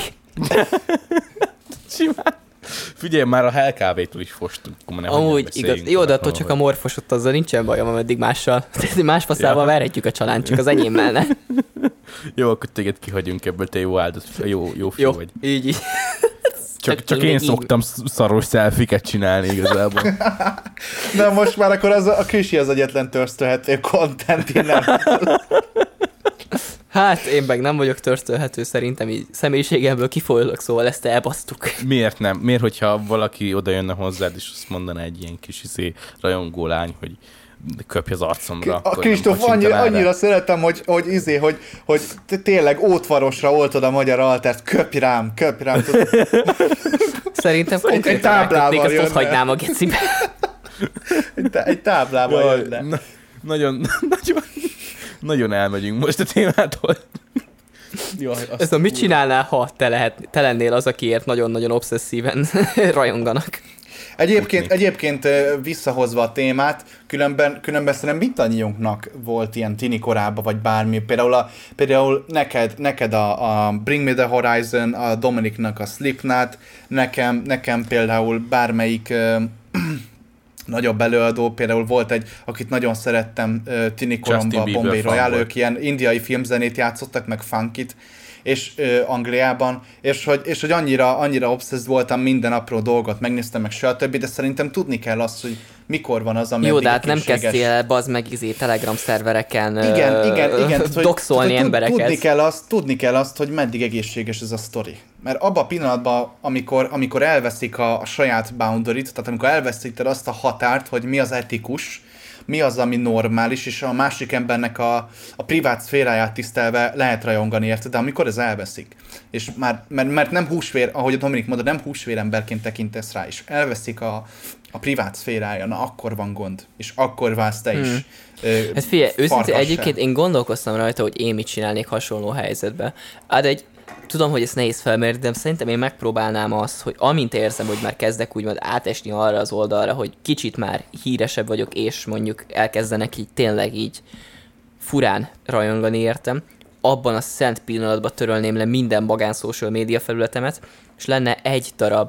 C: Simán. Figyelj, már a Hellkávétól is fostunk.
A: Amúgy igaz. Jó, de attól csak a morfosott, azzal nincsen bajom, ameddig mással. Más faszával
C: Ja.
A: verhetjük a csalánt, csak az enyémmel ne.
C: Jó, akkor téged kihagyunk ebből, te jó áldott, jó, jó fiú
A: Jó,
C: vagy.
A: így, így.
C: Csak, csak
A: még
C: én
A: így.
C: szoktam sz- szaros szelfiket csinálni igazából.
B: De most már akkor az, a Krisi az egyetlen törsztölhető content innen.
A: Hát én meg nem vagyok törstölhető, szerintem így személyiségemből kifolyolok, szóval ezt elbasztuk.
C: Miért nem? Miért, hogyha valaki oda jönne hozzád, és azt mondaná egy ilyen kis izé, rajongó lány, hogy köpj az arcomra,
B: A
C: akkor nem
B: Kristóf annyi,
C: kacsintanál rá?
B: annyira szeretem, hogy, hogy izé, hogy, hogy te tényleg ótvarosra oltod a magyar altert, köpj rám, köpj rám. Tudod,
A: Szerintem
B: egy
A: konkrétan
B: táblával
A: rákötnék, azt ott
B: jönne.
A: hagynám a gecibe.
B: egy, tá- egy táblával
C: Jaj,
B: jönne.
C: na, nagyon, nagyon, nagyon elmegyünk most a témától. Jaj, azt
A: Ez a mit csinálnál, ha te, lehet, te lennél az, akiért nagyon-nagyon obszesszíven rajonganak?
B: Egyébként, egyébként ö, visszahozva a témát, különben, különben szerintem mindannyiunknak volt ilyen tini korában, vagy bármi. Például, a, például neked, neked a, a Bring Me The Horizon, a Dominiknak a Slipknot, nekem, nekem például bármelyik ö, nagyobb előadó, például volt egy, akit nagyon szerettem ö, tini koromban,
C: Justin Bieber
B: Bombay
C: fan
B: Royale,
C: volt.
B: ők ilyen indiai filmzenét játszottak, meg funkit, és ö, Angliában, és hogy, és hogy annyira, annyira obszessz voltam, minden apró dolgot megnéztem, meg stb., de szerintem tudni kell azt, hogy mikor van az, ami
A: Jó,
B: eddig
A: de hát nem
B: egészséges.
A: kezdtél el, bazd meg, izé, Telegram szervereken
B: Igen,
A: ö,
B: igen, igen. Tehát, hogy-
A: doxolni
B: tehát, hogy
A: embereket.
B: Tudni kell, azt, tudni kell azt, hogy meddig egészséges ez a sztori. Mert abban a pillanatban, amikor, amikor elveszik a, a saját boundary-t, tehát amikor elveszíted azt a határt, hogy mi az etikus, mi az, ami normális, és a másik embernek a, a privát szféráját tisztelve lehet rajongani érte, de amikor ez elveszik, és már, mert, mert nem húsvér, ahogy a Dominik mondta, nem húsvér emberként tekintesz rá, és elveszik a, a privát szférája, na akkor van gond, és akkor válsz te is.
A: Hmm.
B: Ö,
A: Hát figyelj, őszintén
B: farkassá.
A: egyébként én gondolkoztam rajta, hogy én mit csinálnék hasonló helyzetben. Hát egy, tudom, hogy ezt nehéz felmérni, de szerintem én megpróbálnám azt, hogy amint érzem, hogy már kezdek úgymond átesni arra az oldalra, hogy kicsit már híresebb vagyok, és mondjuk elkezdenek így tényleg így furán rajongani értem, abban a szent pillanatban törölném le minden magán social média felületemet, és lenne egy darab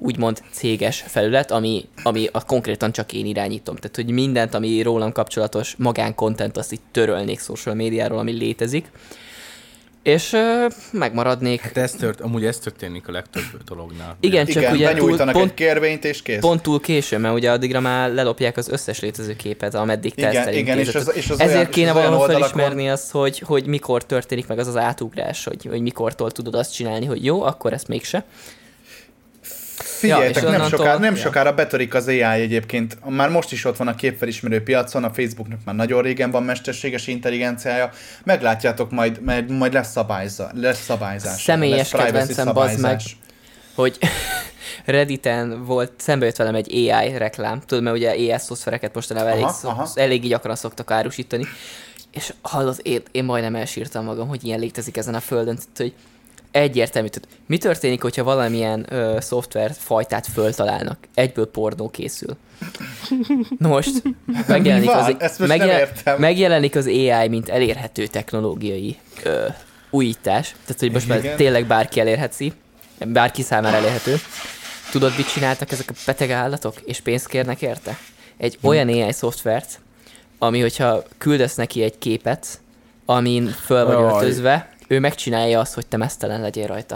A: úgymond céges felület, ami, ami a konkrétan csak én irányítom. Tehát, hogy mindent, ami rólam kapcsolatos magánkontent, azt itt törölnék social médiáról, ami létezik. És uh, megmaradnék.
C: Hát ez tört, amúgy ez történik a legtöbb dolognál.
A: Igen, csak
B: Igen,
A: ugye túl,
B: pont, egy kérvényt és kész.
A: Pont túl későn, mert ugye addigra már lelopják az összes létező képet, ameddig te ezt
B: igen, és az, és az
A: ezért
B: olyan,
A: kéne
B: az
A: valahol
B: oldalakon...
A: felismerni azt, hogy, hogy mikor történik meg az az átugrás, hogy, hogy mikortól tudod azt csinálni, hogy jó, akkor ezt mégse.
B: Figyeljetek,
A: ja,
B: nem,
A: onnantól,
B: sokára, nem
A: ja.
B: sokára betörik az á i egyébként. Már most is ott van a képfelismerő piacon, a Facebooknak már nagyon régen van mesterséges intelligenciája. Meglátjátok, majd, majd, majd lesz, szabályza, lesz szabályzás.
A: Személyes kedvencem, bazd meg, hogy Redditen volt, szembe jött velem egy á i reklám, tudod, mert ugye á i szoftvereket mostanában elég,
B: aha,
A: szó,
B: aha.
A: elég gyakran szoktak árusítani, és hallod, én, én majdnem elsírtam magam, hogy ilyen létezik ezen a földön, tehát, hogy egyértelmű. Tehát mi történik, hogyha valamilyen ö, szoftver fajtát föltalálnak? Egyből pornó készül. Na most megjelenik az,
B: Ezt most
A: megjel,
B: nem
A: megjelenik az á i, mint elérhető technológiai ö, újítás. Tehát, hogy most már tényleg bárki elérheti, bárki számára elérhető. Tudod, mit csináltak ezek a beteg állatok? És pénzt kérnek érte? Egy hm. olyan á i szoftvert, ami, hogyha küldesz neki egy képet, amin föl vagy öltözve, ő megcsinálja azt, hogy te meztelen legyél rajta.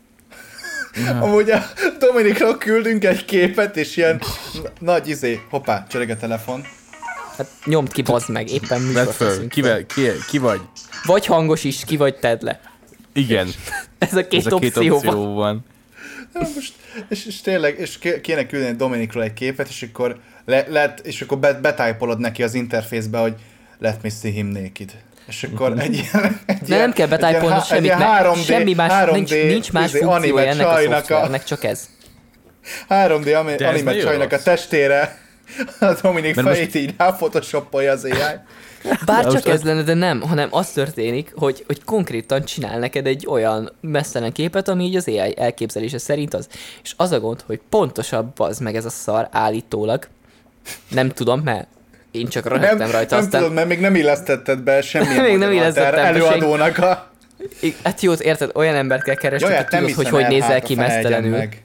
B: Ja. Amúgy a Dominikról küldünk egy képet, és ilyen nagy izé, hoppá, csörög a telefon.
A: Hát nyomd ki, bazd meg, éppen műsort
C: föl. Kivel, ki, ki vagy?
A: Vagy hangos is, ki vagy, tedd le.
C: Igen.
A: Ez a két,
C: Ez a két
A: opció,
C: opció van. van.
B: Na most, és, és tényleg, és kéne küldeni Dominikról egy képet, és akkor, le, let, és akkor betájpolod neki az interfészbe, hogy let me see him naked. És akkor egy ilyen... Egy
A: de nem kell betájpolnod semmit, mert semmi más, nincs, nincs más funkciója ennek a szoftvernek, csak ez.
B: három dé anime csajnak a testére a Dominik fejét most... így ráphotoshopolja az á i.
A: Bár csak ez lenne, de nem, hanem az történik, hogy, hogy konkrétan csinál neked egy olyan mesztelen képet, ami így az á i elképzelése szerint az. És az a gond, hogy pontosabb az meg ez a szar állítólag. Nem tudom, mert én csak röhögtem
B: nem,
A: rajta.
B: Nem
A: aztán...
B: tudod, mert még nem illesztetted be semmilyen
A: még nem illesztettem
B: előadónak a...
A: Hát jó, érted, olyan embert kell keresni, hogy tudod, hogy hogy nézel ki mesztelenül.
B: Meg.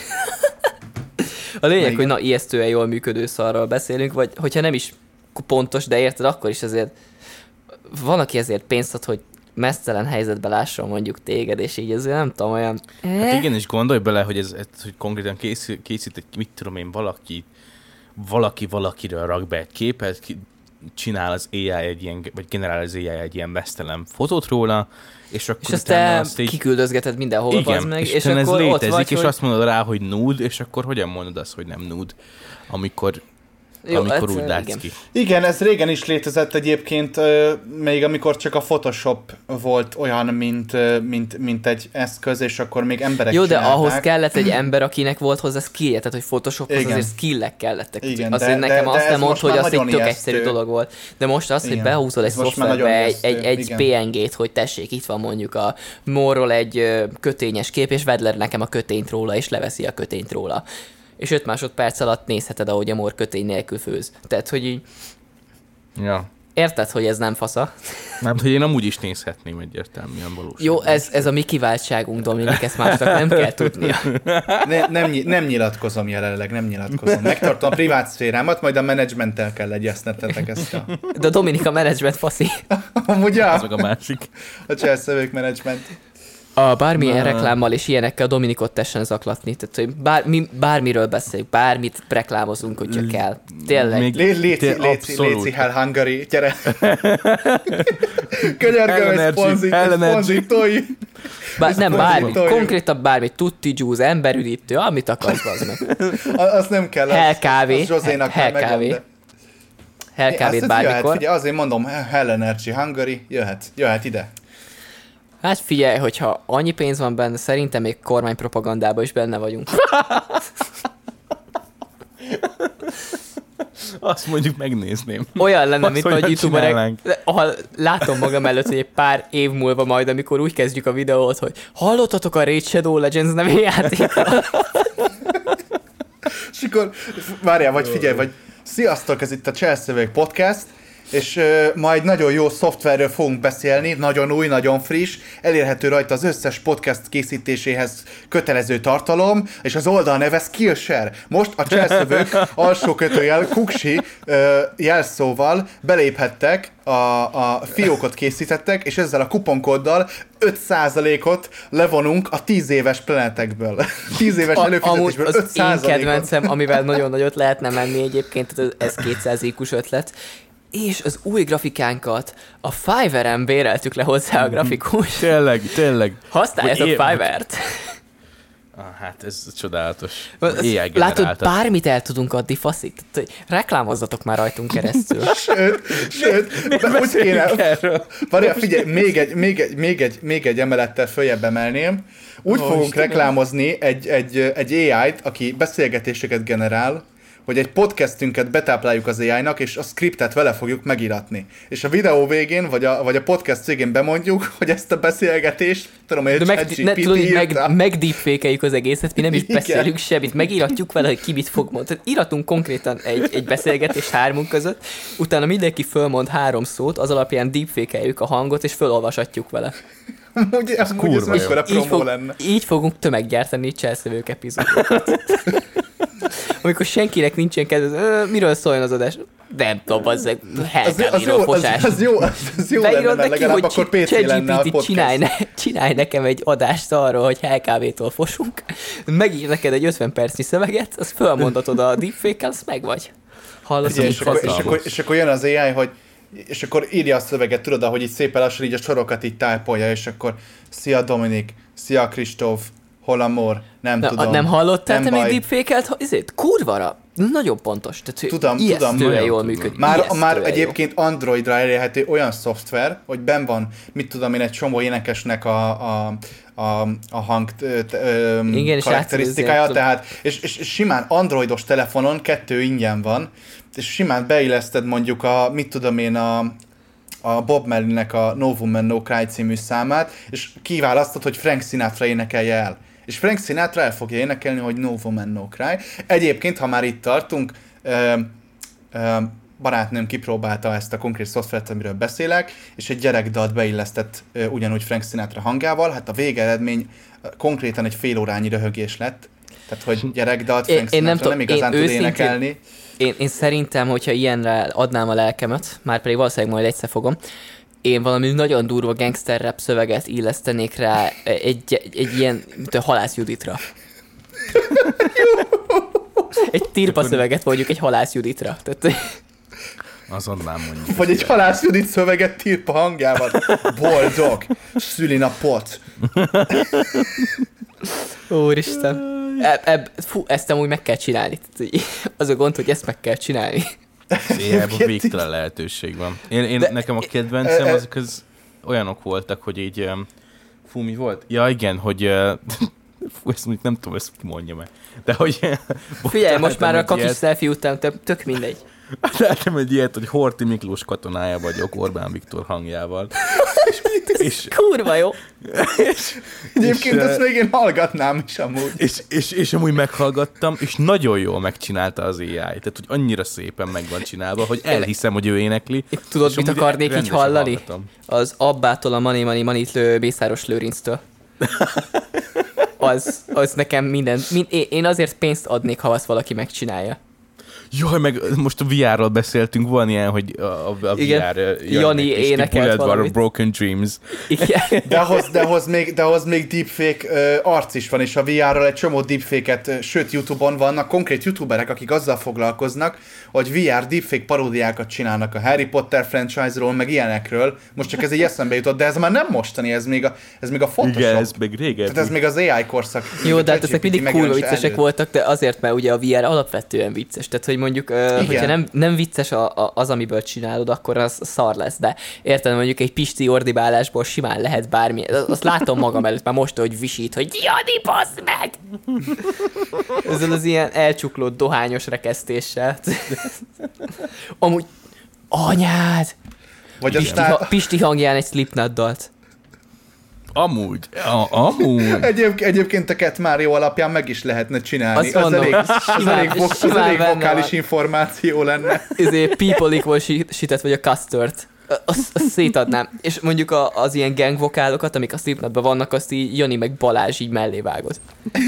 A: A lényeg, na, hogy na, ijesztően jól működő szarról beszélünk, vagy hogyha nem is pontos, de érted, akkor is azért van, aki ezért pénzt ad, hogy mesztelen helyzetbe lásson mondjuk téged, és így azért nem tudom, olyan...
C: Hát igen, és gondolj bele, hogy ez, ez hogy konkrétan készít, készít egy, mit tudom én, valaki valaki valakiről rak be egy képet, csinál az á i egy ilyen, vagy generál az á i egy ilyen mesztelen fotót róla, és akkor
A: és te azt így... kiküldözgeted mindenhol,
C: igen,
A: meg,
C: és,
A: és
C: akkor ez létezik,
A: ott vagy,
C: és
A: hogy...
C: azt mondod rá, hogy nude, és akkor hogyan mondod azt, hogy nem nude, amikor... Jó, amikor úgy látsz
B: igen.
C: ki.
B: Igen, ez régen is létezett egyébként, még amikor csak a Photoshop volt olyan, mint, mint, mint egy eszköz, és akkor még emberek
A: jó, de
B: csinálták.
A: ahhoz kellett egy ember, akinek volt hozzá skillje, tehát hogy Photoshophoz azért skillek kellettek.
B: Igen,
A: azért
B: de,
A: nekem
B: de,
A: azt
B: de
A: nem mondd, hogy az egy tök
B: ijesztő.
A: egyszerű dolog volt. De most az,
B: igen.
A: hogy behúzol egy szoftverbe egy, egy, egy pé en gét, hogy tessék, itt van mondjuk a More-ról egy kötényes kép, és vedd le nekem a kötényt róla, és leveszi a kötényt róla. És öt másodperc alatt nézheted, ahogy a More kötény nélkül főz. Tehát, hogy így...
C: Ja.
A: Érted, hogy ez nem fasza?
C: Nem, hogy én amúgy is nézhetném egyértelműen valószínűleg.
A: Jó, ez, ez a mi kiváltságunk, Dominik, ezt másnak nem kell tudnia.
B: Ne, nem, nem nyilatkozom jelenleg, nem nyilatkozom. Megtartom a privát szférámat, majd a menedzsmenttel kell egyeztetnetek ezt a...
A: De a Dominik a menedzsment faszi.
B: Amúgy ja.
C: Az meg a másik.
B: A cselszövők menedzsment.
A: A bármilyen Na. reklámmal és ilyenekkel a Dominikot tessen zaklatni. Tehát, hogy bár, mi, bármiről beszéljük, bármit reklámozunk, hogyha kell. Tényleg. Még
B: Léci, léci, léci, Hell Hungary, gyere. Könyörgöm, egy szponzi, egy szponzítói.
A: Bár, nem, bármi. Konkrétan bármi. Tutti juice, emberüdítő, amit akarsz, az meg.
B: Azt nem kell.
A: Hell kávé.
B: Hell
A: kávé. Hell kávét bármikor.
B: Figyelj, azért mondom, Hell Energy Hungary, jöhet, jöhet ide.
A: Hát figyelj, hogyha annyi pénz van benne, szerintem még kormánypropagandában is benne vagyunk.
C: Azt mondjuk megnézném.
A: Olyan lenne, azt, mint a youtuberek. Ha látom magam előtt, hogy egy pár év múlva majd, amikor úgy kezdjük a videót, hogy hallottatok a Raid Shadow Legends nevű játékot?
B: És akkor, várjál, vagy figyelj, vagy sziasztok, ez itt a Cselszövők Podcast, és ö, majd nagyon jó szoftverről fogunk beszélni, nagyon új, nagyon friss, elérhető rajta az összes podcast készítéséhez kötelező tartalom, és az oldal neve Skillshare. Most a cselszövők alsó kötőjel Kuksi ö, jelszóval beléphettek, a, a fiókot készítettek, és ezzel a kuponkóddal öt százalékot levonunk a tíz éves planetekből. tíz éves előfizetésből öt százalékot.
A: Az én kedvencem, amivel nagyon nagyot lehetne menni egyébként, ez kétszáz í kú-s ötlet. És az új grafikánkat a Fiverr-en béreltük le hozzá a grafikus.
C: Tényleg, tényleg.
A: Használjátok é- Fiverr-t.
C: Ah, hát ez csodálatos.
A: Látod, bármit el tudunk adni, faszit. Reklámozzatok már rajtunk keresztül.
B: Sőt, sőt, de úgy kéne. Várjál, figyelj, még egy, még, egy, még, egy, még egy emelettel följebb emelném. Úgy oh, fogunk Istenem. reklámozni egy, egy, egy á í-t, aki beszélgetéseket generál, hogy egy podcastünket betápláljuk az á í-nak, és a scriptet vele fogjuk megíratni. És a videó végén, vagy a, vagy a podcast végén bemondjuk, hogy ezt a beszélgetést, tudom, hogy
A: meg, ne, tudod, hogy meg, megdeepfake-eljük az egészet, mi nem is
B: Igen.
A: beszélünk semmit, megíratjuk vele, hogy ki mit fog mondani. Íratunk konkrétan egy, egy beszélgetést hármunk között, utána mindenki fölmond három szót, az alapján deepfake-eljük a hangot, és fölolvashatjuk vele.
B: Amúgy ez kurva jó. Így, fog, lenne.
A: így fogunk tömeggyártani cselszövők epizódokat. Amikor senkinek nincsen kedve, miről szóljon az adás? Nem tudom, az egy helkámíró fosás.
B: Az jó, az, az jó lenne, mert legalább akkor pé cé lenne a podcast.
A: Csinálj, ne, csinálj nekem egy adást arról, hogy há ká vé-től fosunk, megír neked egy ötven percnyi szöveget, azt fölmondatod a deepfake-kel, azt meg vagy. Hallasz,
B: ugye, és, akkor, és, akkor, és akkor jön az á í, hogy és akkor írja a szöveget, tudod, ahogy így szépen lassan így a sorokat így tájpolja, és akkor szia Dominik, szia Kristóf, hol a mor, nem
A: Na,
B: tudom.
A: Nem hallottál te még deepfake-et? Ezért kurvara, nagyon pontos. Tehát,
B: tudom, tudom.
A: Nagyon jól működik.
B: Már, már egyébként jó. Androidra elérhető olyan szoftver, hogy benn van, mit tudom én, egy csomó énekesnek a, a, a, a hang ö,
A: Igen,
B: karakterisztikája, és tehát, és, és, és simán androidos telefonon kettő ingyen van, és simán beilleszted mondjuk a, mit tudom én, a, a Bob Marleynek a No Woman No Cry című számát, és kiválasztod, hogy Frank Sinatra énekelje el. És Frank Sinatra el fogja énekelni, hogy No Woman No Cry. Egyébként, ha már itt tartunk, ö, ö, barátnőm kipróbálta ezt a konkrét szoftvert, amiről beszélek, és egy gyerekdalt beillesztett ö, ugyanúgy Frank Sinatra hangjával, hát a végeredmény ö, konkrétan egy fél órányi röhögés lett. Tehát, hogy gyerekdalt Frank Sinatra nem, nem igazán tud énekelni.
A: Én, én szerintem, hogyha ilyenre adnám a lelkemet, már pedig valószínűleg majd egyszer fogom, én valami nagyon durva gangster rap szöveget illesztenék rá egy, egy, egy ilyen, mint a Halász Juditra. Egy tirpa szöveget mondjuk egy Halász Juditra. Tehát...
C: Azonnal mondjuk.
B: Vagy egy Halász Judit szöveget tirpa hangjával. Boldog szülinapot.
A: Úristen. Eb, eb, fú, ezt amúgy meg kell csinálni. Az a gond, hogy ezt meg kell csinálni.
C: Éjjelben végtelen lehetőség van. Én, én, De, nekem a kedvencem azok az olyanok voltak, hogy így... Fú, mi volt? Ja, igen, hogy... Fú, ezt mondjuk nem tudom, ezt mondjam meg. De hogy...
A: Figyelj, most már a kakis selfie után tök mindegy.
C: Láttam egy ilyet, hogy Horthy Miklós katonája vagyok Orbán Viktor hangjával.
A: Ez és, kurva jó.
B: És, Egyébként és, ezt még én hallgatnám is amúgy.
C: És, és, és amúgy meghallgattam, és nagyon jól megcsinálta az á í. Tehát, hogy annyira szépen meg van csinálva, hogy elhiszem, hogy ő énekli.
A: Tudod, mit akarnék így hallani? Hallgatom. Az Abbától, a Mani Mani Manit lő, Mészáros Lőrinctől. Az, az nekem minden... Mind, én azért pénzt adnék, ha azt valaki megcsinálja.
C: Jaj, meg most a vé er-ről beszéltünk, van ilyen, hogy a, a, a vé er...
A: Igen, Jani énekelt valamit.
C: Broken Dreams.
A: Igen.
B: De ahhoz, de ahhoz, még, de ahhoz még deepfake uh, arc is van, és a vé er-ről egy csomó deepfake-et, uh, sőt YouTube-on vannak konkrét youtuberek, akik azzal foglalkoznak, hogy vé er deepfake paródiákat csinálnak a Harry Potter franchise-ról, meg ilyenekről. Most csak ez így eszembe jutott, de ez már nem mostani, ez még a, ez még a Photoshop.
C: Igen, ez még régebbi.
B: Tehát ez még az á í korszak.
A: Jó, de hát ezek mindig kurva viccesek előtt. voltak, de azért, mert ugye a vé er alapvetően vicces. Tehát, hogy mondjuk, uh, hogyha nem, nem vicces a, a, az, amiből csinálod, akkor az szar lesz. De érted, mondjuk egy pisti ordibálásból simán lehet bármi. Azt látom magam előtt már most, hogy visít, hogy Jani, bassz meg! Ezzel az ilyen elcsuklott dohányos rekesztéssel. Amúgy, anyád!
B: Vagy
A: Pisti,
B: aztán...
A: ha, Pisti hangján egy Slipknot dalt.
C: Amúgy. A, amúgy.
B: Egyéb, egyébként a Cat Mario alapján meg is lehetne csinálni.
A: Azt mondom,
B: az elég, az
A: simán,
B: elég, vok, az elég vokális információ lenne.
A: Ezért people equal shit vagy a custard. Azt, azt szétadnám. És mondjuk a, az ilyen gang vokálokat, amik a Slipknotban vannak, azt így Jani meg Balázs így mellé vágod.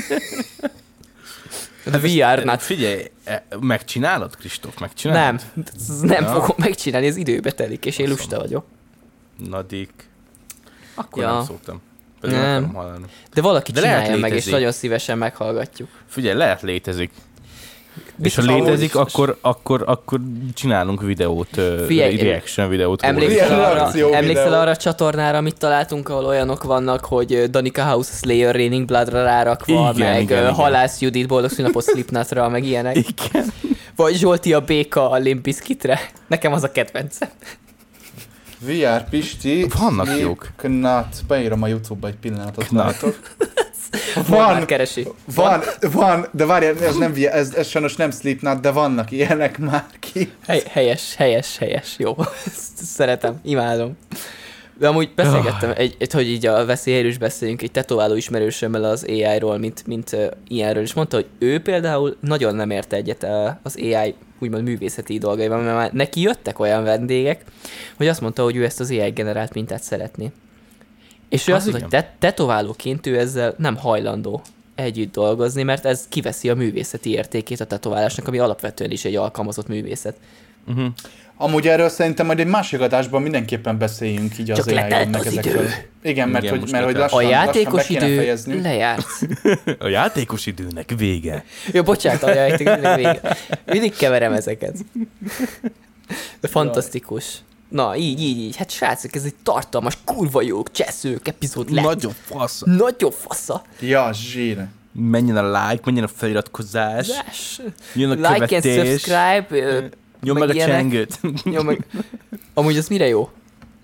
A: A vé er-nát.
C: Figyelj, megcsinálod, Kristóf? Megcsinálod?
A: Nem, nem ja. fogom megcsinálni, ez időbe telik, és én lusta vagyok.
C: Nadik. Akkor
A: ja.
C: nem szoktam. Pedig
A: nem. De valaki De csinálja meg, és nagyon szívesen meghallgatjuk.
C: Figyelj, lehet létezik. Biztos, és ha létezik, akkor, akkor, akkor csinálunk videót, Figyelj, reaction videót.
A: Emlékszel arra, emlékszel arra a csatornára, amit találtunk, ahol olyanok vannak, hogy Danica House Slayer Raining Bloodra rárakva, igen, meg igen, Halász igen. Judit Boldog Szülinapot Slipknotra, meg ilyenek.
C: Igen.
A: Vagy Zsolti a béka a Limp Bizkitre. Nekem az a kedvencem.
B: vé er Pisti.
C: Vannak jók.
B: Knat. Beírom a YouTube-ba egy pillanatot.
C: Knat.
B: Van, van, van, de várj, ez, nem, ez, ez sajnos nem Slipknot, de vannak ilyenek már ki.
A: Hely, helyes, helyes, helyes, jó. Ezt szeretem, imádom. De amúgy beszélgettem, oh. egy, egy, hogy így a veszélyről is beszéljünk, egy tetováló ismerősömmel az á í-ról, mint, mint uh, ilyenről, és mondta, hogy ő például nagyon nem érte egyet uh, az á í úgymond művészeti dolgaival, mert már neki jöttek olyan vendégek, hogy azt mondta, hogy ő ezt az á í generált mintát szeretné. És ő az azt mondta, hogy te- tetoválóként ő ezzel nem hajlandó együtt dolgozni, mert ez kiveszi a művészeti értékét a tetoválásnak, ami alapvetően is egy alkalmazott művészet.
B: Uh-huh. Amúgy erről szerintem majd egy másik adásban mindenképpen beszéljünk így az á í-nek ezekről. Igen, mert, Igen, hogy, mert hogy lassan,
A: a játékos
B: lassan
A: idő lejárt.
C: A játékos időnek vége.
A: Jó, bocsánat, a játékos időnek vége. Mindig keverem ezeket. De fantasztikus. Na, így, így, így. Hát srácok, ez egy tartalmas, kurva jó, cseszők epizód lett.
C: Nagyon fasza.
A: Nagyon fasza.
B: Ja, zsír.
C: Menjen a like, menjen a feliratkozás.
A: Zás.
C: Jön a
A: like
C: követés.
A: and subscribe.
C: Nyom meg, meg a csengőt.
A: Nyom meg. Amúgy az mire jó?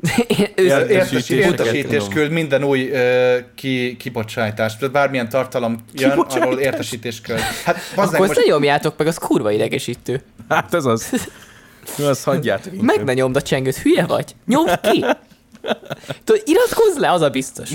B: Értesítést küld minden új uh, ki, kibocsátást. Tehát bármilyen tartalom jön, arról értesítést küld. Hát,
A: akkor most... ne nyomjátok meg, az kurva idegesítő.
C: Hát ez az. Azt hagyjátok.
A: Meg ne nyomd a csengőt, hülye vagy? Nyomd ki! Tudod, iratkozz le, az a biztos.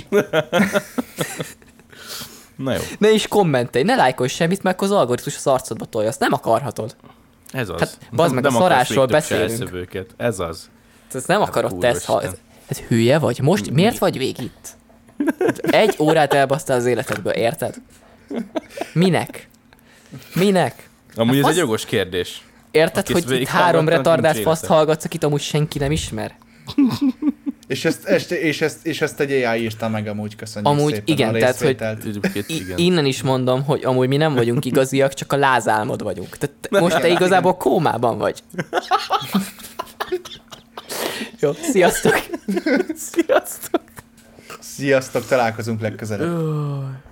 C: Na jó.
A: Ne is kommentelj, ne lájkolj semmit, mert az algoritmus az arcodba tolja, azt nem akarhatod.
C: Ez az.
A: Hát bazd meg, a szarásról beszélünk.
C: Ez az.
A: Ezt nem hát akarod te ezt, ha... Ez, ez hülye vagy? Most mi? Miért vagy végig itt? Egy órát elbasztál az életedből, érted? Minek? Minek?
C: Amúgy hát ez az... egy jogos kérdés.
A: Érted, hogy itt három retardált faszt hallgatsz, akit amúgy senki nem ismer?
B: és, ezt, ezt, és, ezt, és ezt egy á í írta meg amúgy, köszönjük
A: amúgy
B: szépen
A: igen,
B: a
A: tehát, hogy
C: igen.
A: innen is mondom, hogy amúgy mi nem vagyunk igaziak, csak a lázálmod vagyunk. Tehát most te igazából kómában vagy. Jó, sziasztok!
B: Sziasztok! Sziasztok, találkozunk legközelebb.